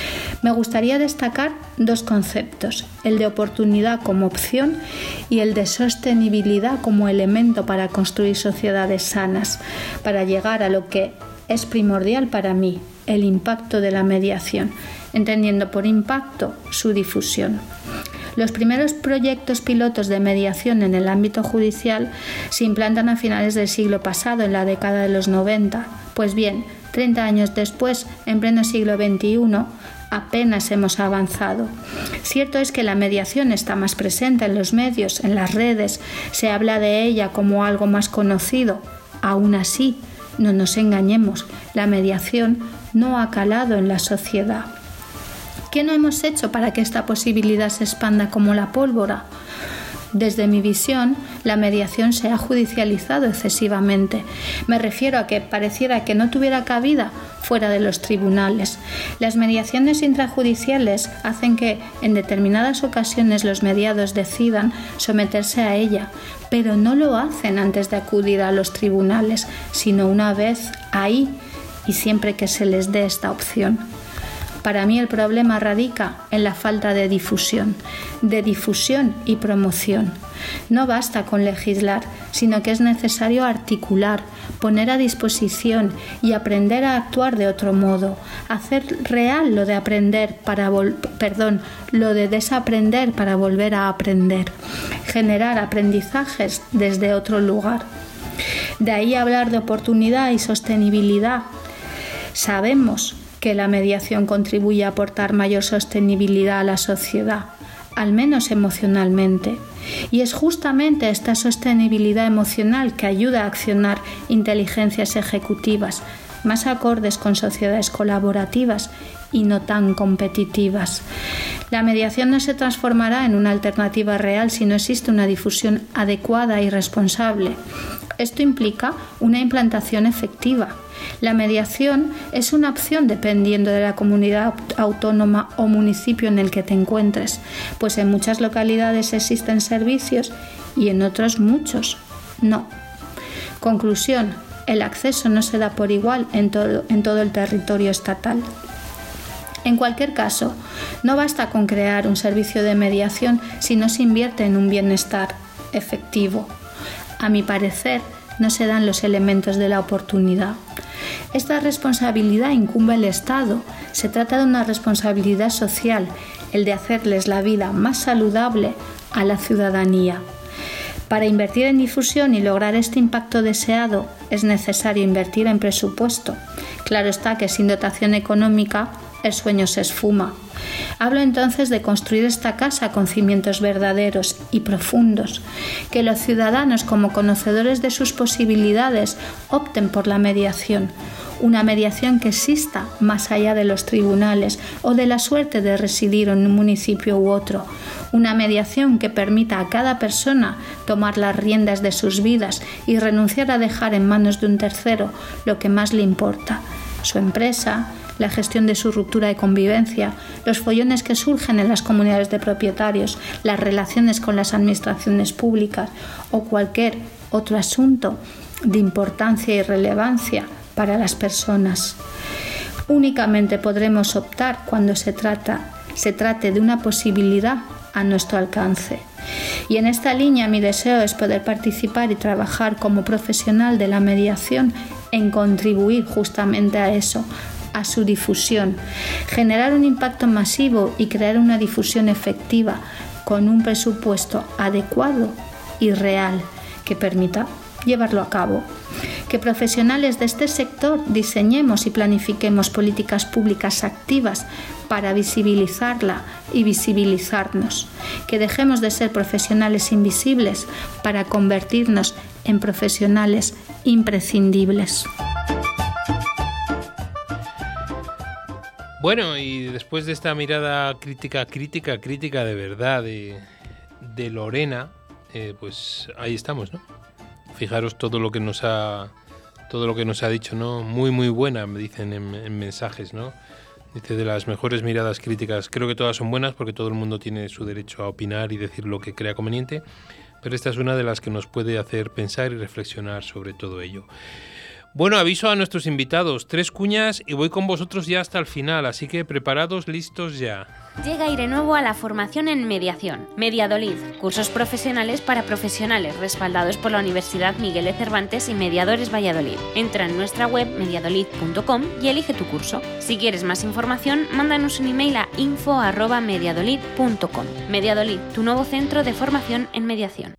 Me gustaría destacar dos conceptos, el de oportunidad como opción y el de sostenibilidad como elemento para construir sociedades sanas, para llegar a lo que es primordial para mí, el impacto de la mediación, entendiendo por impacto su difusión. Los primeros proyectos pilotos de mediación en el ámbito judicial se implantan a finales del siglo pasado, en la década de los 90. Pues bien, 30 años después, en pleno siglo XXI, apenas hemos avanzado. Cierto es que la mediación está más presente en los medios, en las redes, se habla de ella como algo más conocido. Aún así, no nos engañemos, la mediación no ha calado en la sociedad. ¿Qué no hemos hecho para que esta posibilidad se expanda como la pólvora? Desde mi visión, la mediación se ha judicializado excesivamente. Me refiero a que pareciera que no tuviera cabida fuera de los tribunales. Las mediaciones intrajudiciales hacen que en determinadas ocasiones los mediados decidan someterse a ella, pero no lo hacen antes de acudir a los tribunales, sino una vez ahí y siempre que se les dé esta opción. Para mí el problema radica en la falta de difusión y promoción. No basta con legislar, sino que es necesario articular, poner a disposición y aprender a actuar de otro modo, hacer real lo de lo de desaprender para volver a aprender, generar aprendizajes desde otro lugar. De ahí hablar de oportunidad y sostenibilidad. Sabemos que la mediación contribuye a aportar mayor sostenibilidad a la sociedad, al menos emocionalmente. Y es justamente esta sostenibilidad emocional que ayuda a accionar inteligencias ejecutivas más acordes con sociedades colaborativas y no tan competitivas. La mediación no se transformará en una alternativa real si no existe una difusión adecuada y responsable. Esto implica una implantación efectiva. La mediación es una opción dependiendo de la comunidad autónoma o municipio en el que te encuentres, pues en muchas localidades existen servicios y en otros muchos no. Conclusión, el acceso no se da por igual en todo el territorio estatal. En cualquier caso, no basta con crear un servicio de mediación si no se invierte en un bienestar efectivo. A mi parecer, no se dan los elementos de la oportunidad. Esta responsabilidad incumbe al Estado. Se trata de una responsabilidad social, el de hacerles la vida más saludable a la ciudadanía. Para invertir en difusión y lograr este impacto deseado es necesario invertir en presupuesto. Claro está que sin dotación económica el sueño se esfuma. Hablo entonces de construir esta casa con cimientos verdaderos y profundos, que los ciudadanos, como conocedores de sus posibilidades, opten por la mediación. Una mediación que exista más allá de los tribunales o de la suerte de residir en un municipio u otro. Una mediación que permita a cada persona tomar las riendas de sus vidas y renunciar a dejar en manos de un tercero lo que más le importa: su empresa, la gestión de su ruptura de convivencia, los follones que surgen en las comunidades de propietarios, las relaciones con las administraciones públicas o cualquier otro asunto de importancia y relevancia para las personas. Únicamente podremos optar cuando se trate de una posibilidad a nuestro alcance. Y en esta línea mi deseo es poder participar y trabajar como profesional de la mediación en contribuir justamente a eso, a su difusión, generar un impacto masivo y crear una difusión efectiva con un presupuesto adecuado y real que permita llevarlo a cabo. Que profesionales de este sector diseñemos y planifiquemos políticas públicas activas para visibilizarla y visibilizarnos. Que dejemos de ser profesionales invisibles para convertirnos en profesionales imprescindibles.
Bueno, y después de esta mirada crítica de verdad de Lorena, pues ahí estamos, ¿no? Fijaros todo lo que nos ha dicho, ¿no? Muy buena, me dicen en mensajes, ¿no? Dice, de las mejores miradas críticas. Creo que todas son buenas porque todo el mundo tiene su derecho a opinar y decir lo que crea conveniente, pero esta es una de las que nos puede hacer pensar y reflexionar sobre todo ello. Bueno, aviso a nuestros invitados, 3 cuñas y voy con vosotros ya hasta el final, así que preparados, listos ya.
Llega Aire Nuevo a la formación en mediación. Mediadolid, cursos profesionales para profesionales respaldados por la Universidad Miguel de Cervantes y Mediadores Valladolid. Entra en nuestra web mediadolid.com y elige tu curso. Si quieres más información, mándanos un email a info@mediadolid.com. Mediadolid, tu nuevo centro de formación en mediación.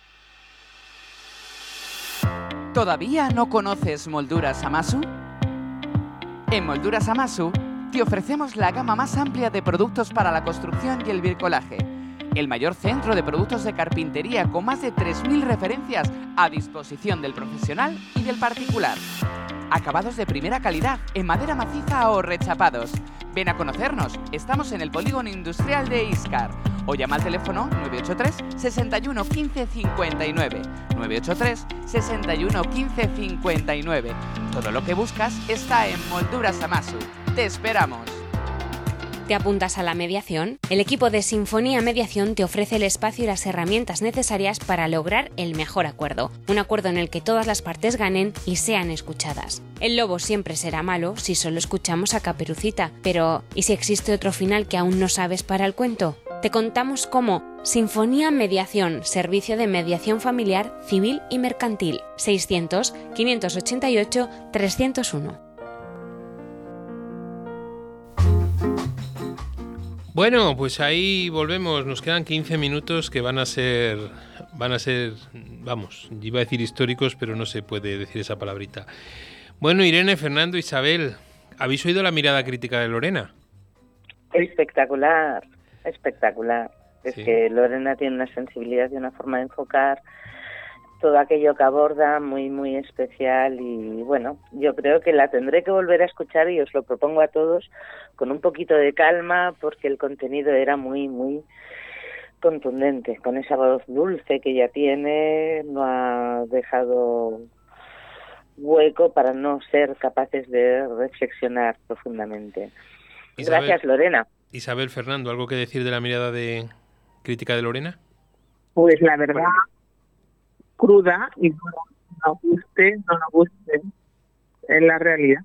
¿Todavía no conoces Molduras Amasu? En Molduras Amasu te ofrecemos la gama más amplia de productos para la construcción y el bricolaje. El mayor centro de productos de carpintería con más de 3.000 referencias a disposición del profesional y del particular. Acabados de primera calidad en madera maciza o rechapados. Ven a conocernos, estamos en el polígono industrial de Íscar. O llama al teléfono 983 61 15 59. 983 61 15 59. Todo lo que buscas está en Molduras Amasu. ¡Te esperamos!
¿Te apuntas a la mediación? El equipo de Sinfonía Mediación te ofrece el espacio y las herramientas necesarias para lograr el mejor acuerdo. Un acuerdo en el que todas las partes ganen y sean escuchadas. El lobo siempre será malo si solo escuchamos a Caperucita. Pero, ¿y si existe otro final que aún no sabes para el cuento? Te contamos cómo. Sinfonía Mediación, servicio de mediación familiar, civil y mercantil. 600 588 301.
Bueno, pues ahí volvemos. Nos quedan 15 minutos que van a ser, vamos, iba a decir históricos, pero no se puede decir esa palabrita. Bueno, Irene, Fernando, Isabel, ¿habéis oído la mirada crítica de Lorena?
Espectacular. Es
Sí.
que Lorena tiene una sensibilidad y una forma de enfocar todo aquello que aborda muy especial, y bueno, yo creo que la tendré que volver a escuchar y os lo propongo a todos con un poquito de calma, porque el contenido era muy contundente, con esa voz dulce que ella tiene, no ha dejado hueco para no ser capaces de reflexionar profundamente. Gracias, Lorena.
Isabel, Fernando, ¿algo que decir de la mirada de crítica de Lorena?
Pues la verdad, cruda y dura. Nos guste, no nos guste, es la realidad.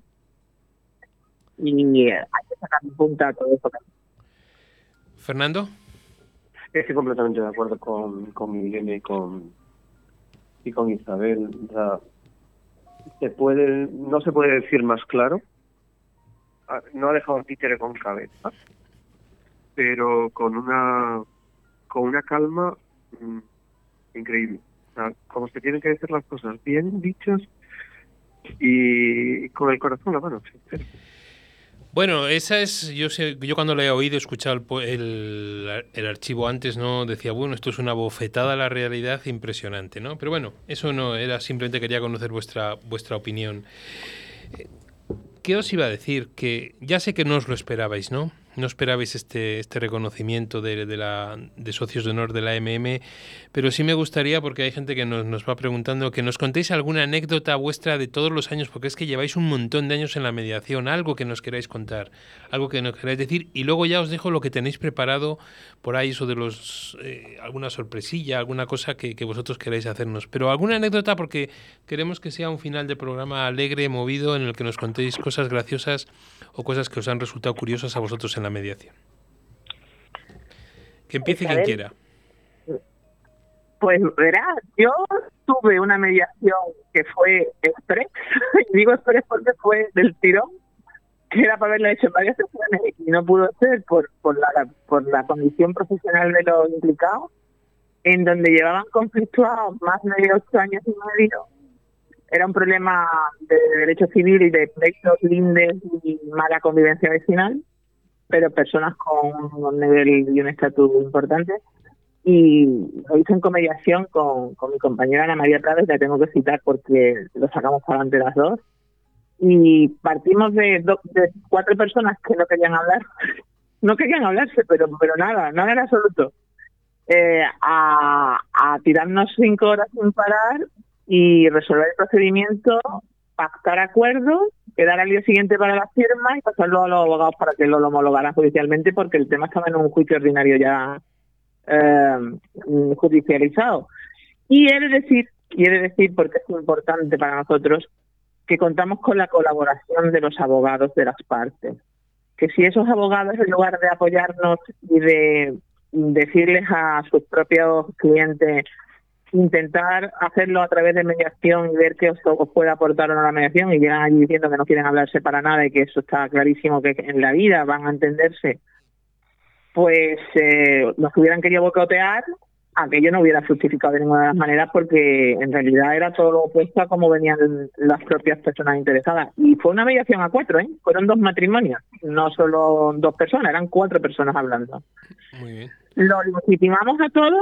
Y hay que sacar punta a todo eso.
Fernando.
Estoy completamente de acuerdo con Irene y con Isabel. O sea, no se puede decir más claro. No ha dejado el títere con cabeza, pero con una calma increíble. O sea, como se tienen que decir las cosas, bien dichas y con el corazón en la mano. Sincero.
Bueno, esa es, yo cuando le he oído, escuchado el archivo antes, no decía, bueno, esto es una bofetada a la realidad impresionante, ¿no? Pero bueno, eso no era, simplemente quería conocer vuestra opinión. ¿Qué os iba a decir? Que ya sé que no os lo esperabais, ¿no? No esperabais este reconocimiento de socios de honor de la pero sí me gustaría, porque hay gente que nos va preguntando, que nos contéis alguna anécdota vuestra de todos los años, porque es que lleváis un montón de años en la mediación, algo que nos queráis contar, algo que nos queráis decir, y luego ya os dejo lo que tenéis preparado por ahí, eso de alguna sorpresilla, alguna cosa que vosotros queráis hacernos. Pero alguna anécdota, porque queremos que sea un final de programa alegre, movido, en el que nos contéis cosas graciosas o cosas que os han resultado curiosas a vosotros en la mediación. Que empiece quien quiera.
Pues verás, yo tuve una mediación que fue express, y digo express porque fue del tirón, que era para haberla hecho en varias sesiones y no pudo ser por la condición profesional de los implicados, en donde llevaban conflictuados más de 8 años y medio. Era un problema de derecho civil y de pleitos, lindes y mala convivencia vecinal, pero personas con un nivel y un estatus importante. Y lo hice en comediación con mi compañera Ana María Prades, la tengo que citar porque lo sacamos para adelante las dos. Y partimos de 4 personas que no querían hablar, no querían hablarse, pero nada en absoluto, a tirarnos 5 horas sin parar y resolver el procedimiento, pactar acuerdos, quedar al día siguiente para la firma y pasarlo a los abogados para que lo homologaran judicialmente, porque el tema estaba en un juicio ordinario ya judicializado. Y he de decir, porque es importante para nosotros, que contamos con la colaboración de los abogados de las partes. Que si esos abogados, en lugar de apoyarnos y de decirles a sus propios clientes, intentar hacerlo a través de mediación y ver qué os puede aportar o no la mediación, y llegan allí diciendo que no quieren hablarse para nada y que eso está clarísimo, que en la vida van a entenderse, pues nos hubieran querido boicotear, aquello no hubiera fructificado de ninguna de las maneras, porque en realidad era todo lo opuesto a cómo venían las propias personas interesadas. Y fue una mediación a 4, fueron 2 matrimonios, no solo 2 personas, eran 4 personas hablando.
Muy bien.
Lo legitimamos a todos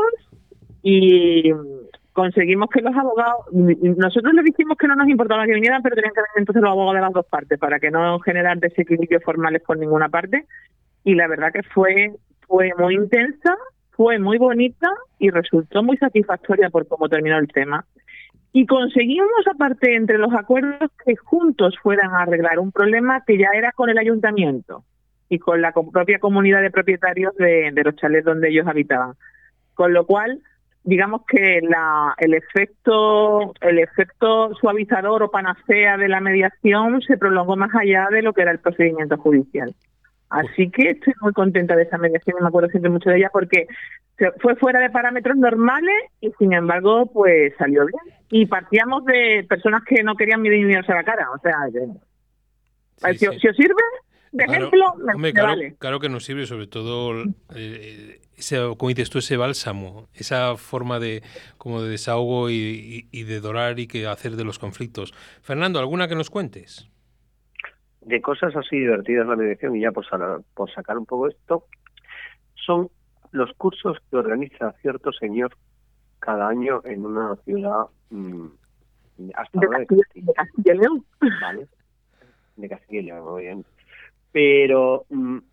y conseguimos que los abogados, nosotros les dijimos que no nos importaba que vinieran, pero tenían que venir entonces los abogados de las 2 partes para que no generar desequilibrios formales por ninguna parte. Y la verdad que fue muy intensa, fue muy bonita y resultó muy satisfactoria por cómo terminó el tema. Y conseguimos, aparte, entre los acuerdos, que juntos fueran a arreglar un problema que ya era con el ayuntamiento y con la propia comunidad de propietarios de los chalets donde ellos habitaban. Con lo cual, digamos que el efecto suavizador o panacea de la mediación se prolongó más allá de lo que era el procedimiento judicial. Así que estoy muy contenta de esa mediación y me acuerdo siempre mucho de ella porque fue fuera de parámetros normales y sin embargo pues salió bien. Y partíamos de personas que no querían mirarse a la cara, o sea, si os sirve de ejemplo, me vale.
Claro que nos sirve, sobre todo como dices tú, ese bálsamo, esa forma de desahogo y de dorar y que hacer de los conflictos. Fernando, ¿alguna que nos cuentes?
De cosas así divertidas la mediación, y ya por sacar un poco esto, son los cursos que organiza cierto señor cada año en una ciudad hasta ahora de
Castilla y León.
Vale, de Castilla y León, obviamente. Pero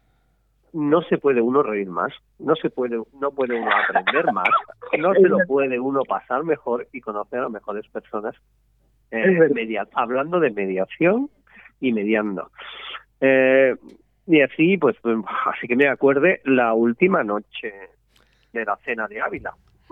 no se puede uno reír más, no puede uno aprender más, no se lo puede uno pasar mejor y conocer a mejores personas hablando de mediación y mediando. Y así, pues, así que me acuerde la última noche de la cena de Ávila.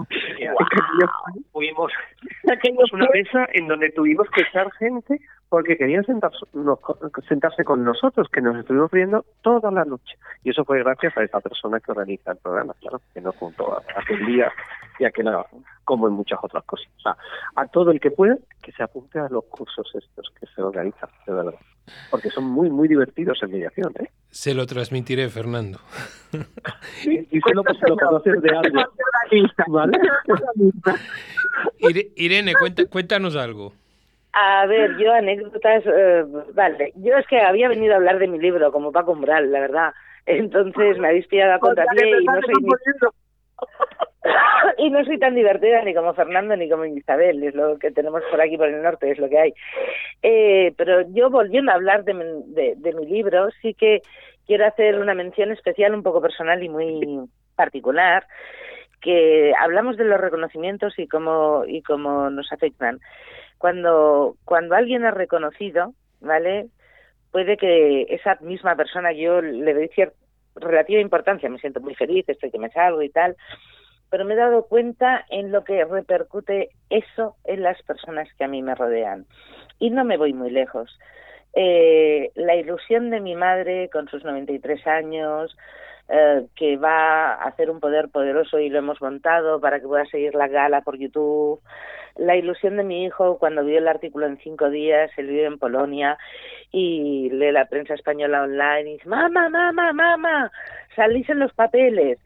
Fuimos una mesa en donde tuvimos que echar gente porque querían sentarse con nosotros, que nos estuvimos riendo toda la noche. Y eso fue gracias a esa persona que organiza el programa, claro, que nos juntó aquel día y como en muchas otras cosas. O sea, a todo el que pueda, que se apunte a los cursos estos que se organizan, de verdad. Porque son muy, muy divertidos en mediación, ¿eh?
Se lo transmitiré, Fernando.
Y se lo puedo hacer de algo. ¿Vale?
Irene, cuéntanos algo.
A ver, yo anécdotas, vale, yo es que había venido a hablar de mi libro como Paco Umbral, la verdad, entonces me habéis pillado a contrapié y no soy tan divertida ni como Fernando ni como Isabel, es lo que tenemos por aquí por el norte, es lo que hay. Pero yo volviendo a hablar de mi libro, sí que quiero hacer una mención especial un poco personal y muy particular, que hablamos de los reconocimientos y cómo nos afectan. Cuando alguien es reconocido, ¿vale? Puede que esa misma persona, yo le doy cierta relativa importancia, me siento muy feliz, estoy que me salgo y tal, pero me he dado cuenta en lo que repercute eso en las personas que a mí me rodean. Y no me voy muy lejos. La ilusión de mi madre con sus 93 años, que va a hacer un poder poderoso y lo hemos montado para que pueda seguir la gala por YouTube. La ilusión de mi hijo cuando vio el artículo en 5 días, él vive en Polonia y lee la prensa española online y dice, mamá, salís en los papeles.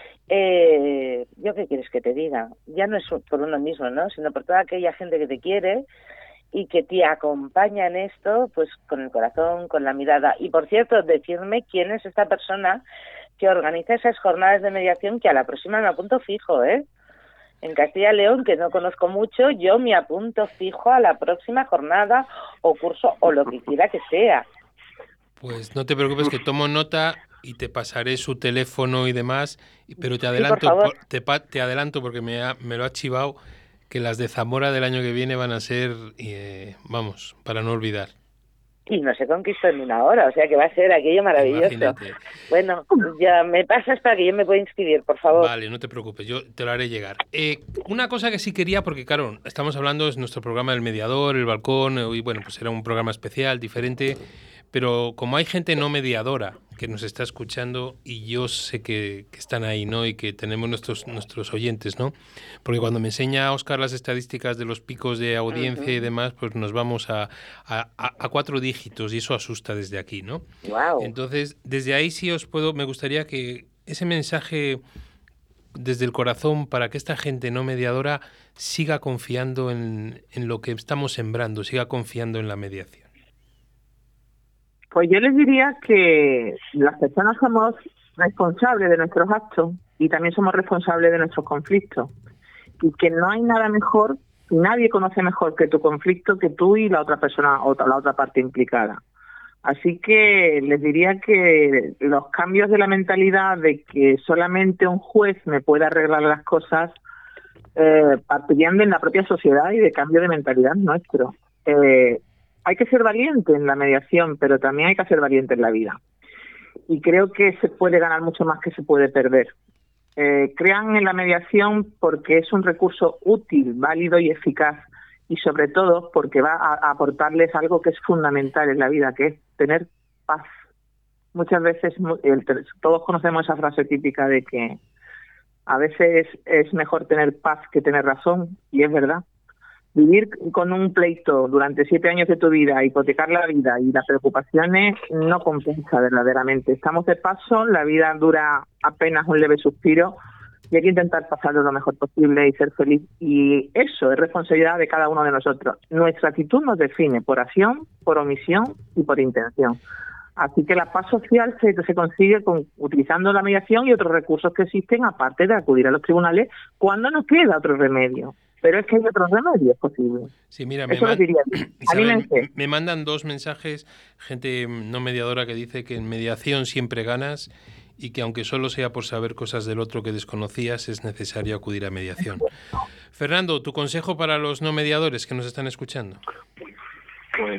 ¿Yo qué quieres que te diga? Ya no es por uno mismo, ¿no? Sino por toda aquella gente que te quiere y que te acompaña en esto, pues con el corazón, con la mirada. Y por cierto, decirme quién es esta persona que organiza esas jornadas de mediación, que a la próxima me apunto fijo, ¿eh? En Castilla y León, que no conozco mucho, yo me apunto fijo a la próxima jornada o curso o lo que quiera que sea.
Pues no te preocupes, que tomo nota y te pasaré su teléfono y demás, pero te adelanto,
por favor.
te adelanto porque me lo ha chivado, que las de Zamora del año que viene van a ser, vamos, para no olvidar.
Y no se conquistó en una hora, o sea que va a ser aquello maravilloso.
Imagínate.
Bueno, ya me pasas para que yo me pueda inscribir, por favor.
Vale, no te preocupes, yo te lo haré llegar. Una cosa que sí quería, porque claro, estamos hablando, es nuestro programa del mediador, el balcón, y bueno, pues era un programa especial, diferente, pero como hay gente no mediadora que nos está escuchando, y yo sé que están ahí, ¿no? Y que tenemos nuestros oyentes, ¿no? Porque cuando me enseña Óscar las estadísticas de los picos de audiencia y demás, pues nos vamos a 4 dígitos y eso asusta desde aquí, ¿no?
Wow.
Entonces, desde ahí sí me gustaría que ese mensaje desde el corazón para que esta gente no mediadora siga confiando en lo que estamos sembrando, siga confiando en la mediación.
Pues yo les diría que las personas somos responsables de nuestros actos y también somos responsables de nuestros conflictos. Y que no hay nada mejor, nadie conoce mejor que tu conflicto que tú y la otra persona o la otra parte implicada. Así que les diría que los cambios de la mentalidad de que solamente un juez me puede arreglar las cosas partirían de la propia sociedad y de cambio de mentalidad nuestro. Hay que ser valiente en la mediación, pero también hay que ser valiente en la vida. Y creo que se puede ganar mucho más que se puede perder. Crean en la mediación porque es un recurso útil, válido y eficaz, y sobre todo porque va a aportarles algo que es fundamental en la vida, que es tener paz. Muchas veces, todos conocemos esa frase típica de que a veces es mejor tener paz que tener razón, y es verdad. Vivir con un pleito durante 7 años de tu vida, hipotecar la vida y las preocupaciones no compensa verdaderamente. Estamos de paso, la vida dura apenas un leve suspiro y hay que intentar pasarlo lo mejor posible y ser feliz. Y eso es responsabilidad de cada uno de nosotros. Nuestra actitud nos define por acción, por omisión y por intención. Así que la paz social se consigue utilizando la mediación y otros recursos que existen, aparte de acudir a los tribunales cuando nos queda otro remedio. Pero es que hay otros remedios posibles.
Sí, mira,
Isabel,
me mandan 2 mensajes, gente no mediadora que dice que en mediación siempre ganas y que aunque solo sea por saber cosas del otro que desconocías, es necesario acudir a mediación. Fernando, ¿tu consejo para los no mediadores que nos están escuchando?
Pues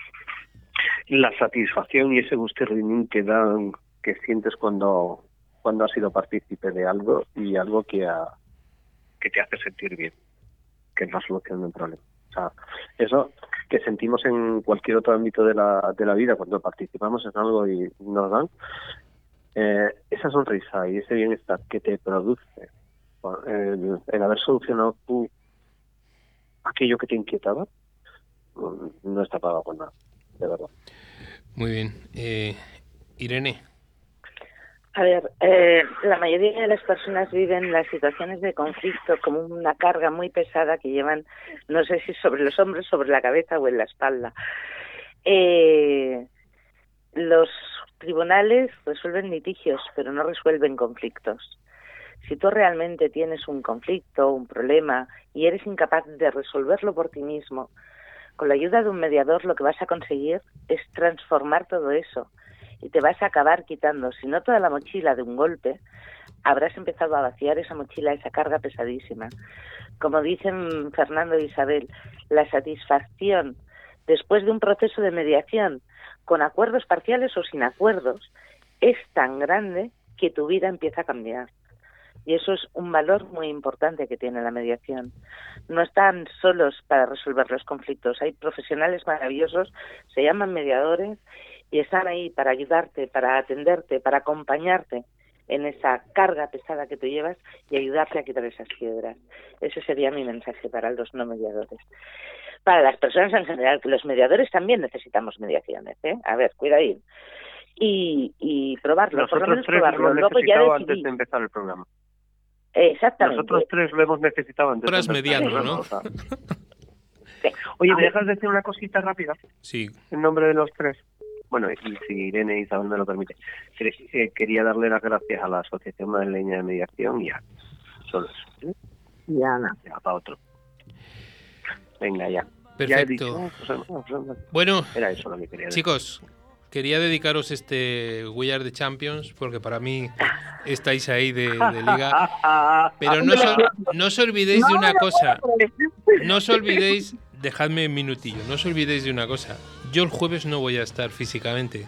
la satisfacción y ese gusto que sientes cuando has sido partícipe de algo y algo que te hace sentir bien, que es la solución de un problema. O sea, eso que sentimos en cualquier otro ámbito de la vida cuando participamos en algo y nos dan esa sonrisa y ese bienestar que te produce el haber solucionado tú aquello que te inquietaba, no está pagado con nada, de verdad.
Muy bien. Irene.
A ver, la mayoría de las personas viven las situaciones de conflicto como una carga muy pesada que llevan, no sé si sobre los hombros, sobre la cabeza o en la espalda. Los tribunales resuelven litigios, pero no resuelven conflictos. Si tú realmente tienes un conflicto, un problema, y eres incapaz de resolverlo por ti mismo, con la ayuda de un mediador lo que vas a conseguir es transformar todo eso. Y te vas a acabar quitando, si no toda la mochila de un golpe, habrás empezado a vaciar esa mochila, esa carga pesadísima. Como dicen Fernando e Isabel, la satisfacción después de un proceso de mediación, con acuerdos parciales o sin acuerdos, es tan grande que tu vida empieza a cambiar. Y eso es un valor muy importante que tiene la mediación. No están solos para resolver los conflictos. Hay profesionales maravillosos, se llaman mediadores, y están ahí para ayudarte, para atenderte, para acompañarte en esa carga pesada que tú llevas y ayudarte a quitar esas piedras. Ese sería mi mensaje para los no mediadores. Para las personas en general, que los mediadores también necesitamos mediaciones, ¿eh? A ver, cuidadín. Y probarlo, por lo menos probarlo. Luego ya decidí.
Antes de empezar el programa.
Exactamente.
Nosotros tres lo hemos necesitado antes.
Ahora mediano, ¿no?
Sí. Oye, ¿me dejas decir una cosita rápida?
Sí.
En nombre de los tres. Bueno, y si Irene y Isabel me lo permite. Quería darle las gracias a la Asociación Madrileña de Mediación y a solo eso.
Y a Ana.
Ya, para otro. Venga, ya.
Perfecto.
Ya he dicho,
bueno,
era eso lo que quería decir.
chicos, quería dedicaros este We Are the Champions porque para mí estáis ahí de liga. Pero no os olvidéis de una cosa. No os olvidéis, dejadme un minutillo, no os olvidéis de una cosa. Yo el jueves no voy a estar físicamente,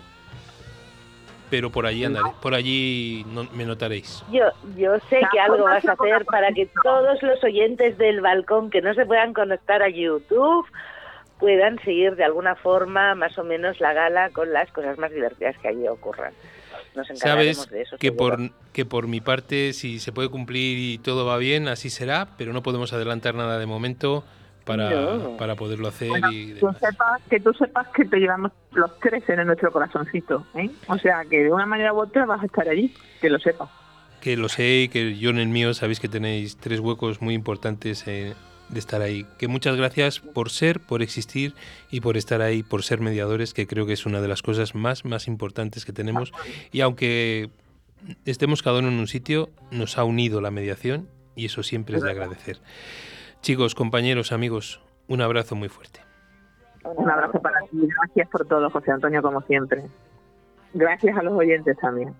pero por allí andaré, por allí me notaréis.
Yo sé que algo vas a hacer para que todos los oyentes del balcón que no se puedan conectar a YouTube puedan seguir de alguna forma más o menos la gala con las cosas más divertidas que allí ocurran. Nos encargaremos
Sabes
de eso.
que por mi parte, si se puede cumplir y todo va bien, así será, pero no podemos adelantar nada de momento para poderlo hacer.
Bueno,
y
tú sepas que te llevamos los tres en nuestro corazoncito, ¿eh? O sea, que de una manera u otra vas a estar allí, que lo sepas.
Que lo sé y que yo en el mío sabéis que tenéis 3 huecos muy importantes de estar ahí. Que muchas gracias por ser, por existir y por estar ahí, por ser mediadores, que creo que es una de las cosas más importantes que tenemos. Y aunque estemos cada uno en un sitio, nos ha unido la mediación y eso siempre es de agradecer. Chicos, compañeros, amigos, un abrazo muy fuerte.
Un abrazo para ti. Gracias por todo, José Antonio, como siempre. Gracias a los oyentes también.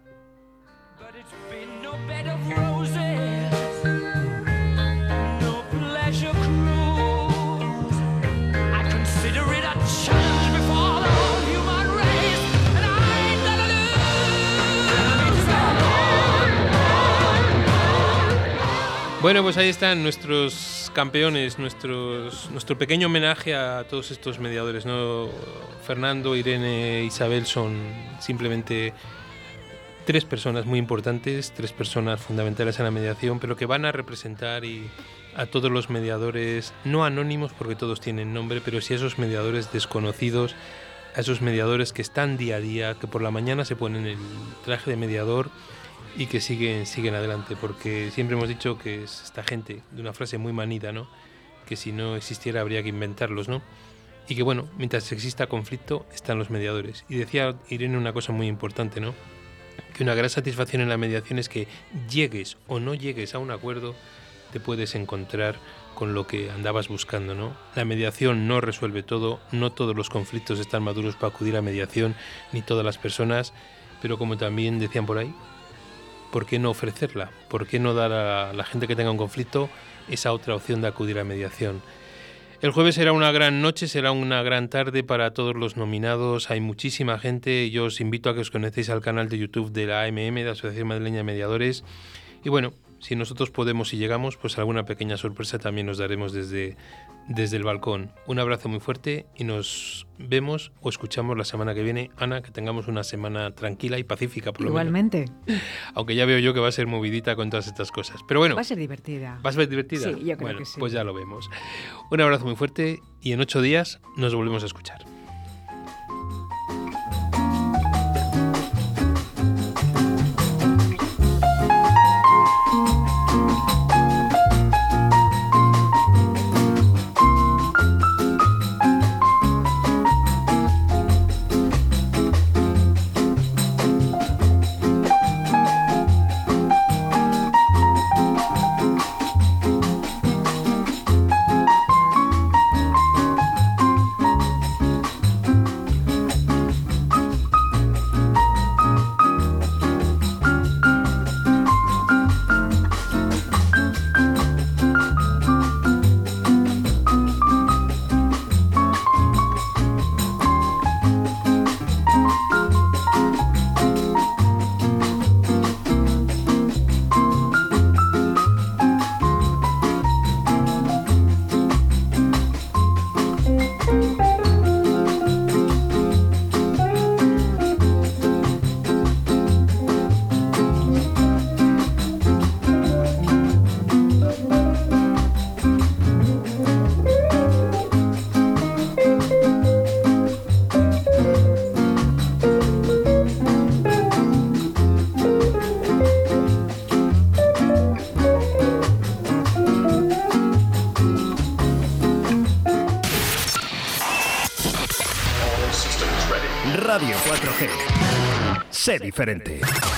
Bueno, pues ahí están nuestros campeones, nuestro pequeño homenaje a todos estos mediadores, ¿no? Fernando, Irene, Isabel son simplemente 3 personas muy importantes, 3 personas fundamentales en la mediación, pero que van a representar a todos los mediadores, no anónimos porque todos tienen nombre, pero sí a esos mediadores desconocidos, a esos mediadores que están día a día, que por la mañana se ponen el traje de mediador y que siguen adelante, porque siempre hemos dicho que es esta gente, de una frase muy manida, ¿no? Que si no existiera habría que inventarlos, ¿no? Y que bueno, mientras exista conflicto están los mediadores. Y decía Irene una cosa muy importante, ¿no? Que una gran satisfacción en la mediación es que llegues o no llegues a un acuerdo, te puedes encontrar con lo que andabas buscando, ¿no? La mediación no resuelve todo, no todos los conflictos están maduros para acudir a mediación, ni todas las personas, pero como también decían por ahí, ¿por qué no ofrecerla? ¿Por qué no dar a la gente que tenga un conflicto esa otra opción de acudir a mediación? El jueves será una gran noche, será una gran tarde para todos los nominados. Hay muchísima gente. Yo os invito a que os conectéis al canal de YouTube de la AMM, de la Asociación Madrileña de Mediadores. Y bueno, si nosotros podemos y llegamos, pues alguna pequeña sorpresa también nos daremos desde el balcón. Un abrazo muy fuerte y nos vemos o escuchamos la semana que viene. Ana, que tengamos una semana tranquila y pacífica, por lo menos.
Igualmente.
Aunque ya veo yo que va a ser movidita con todas estas cosas. Pero bueno.
Va a ser divertida.
¿Va a ser divertida?
Sí, yo creo que sí.
Pues ya lo vemos. Un abrazo muy fuerte y en 8 días nos volvemos a escuchar.
Radio 4G. Sé diferente.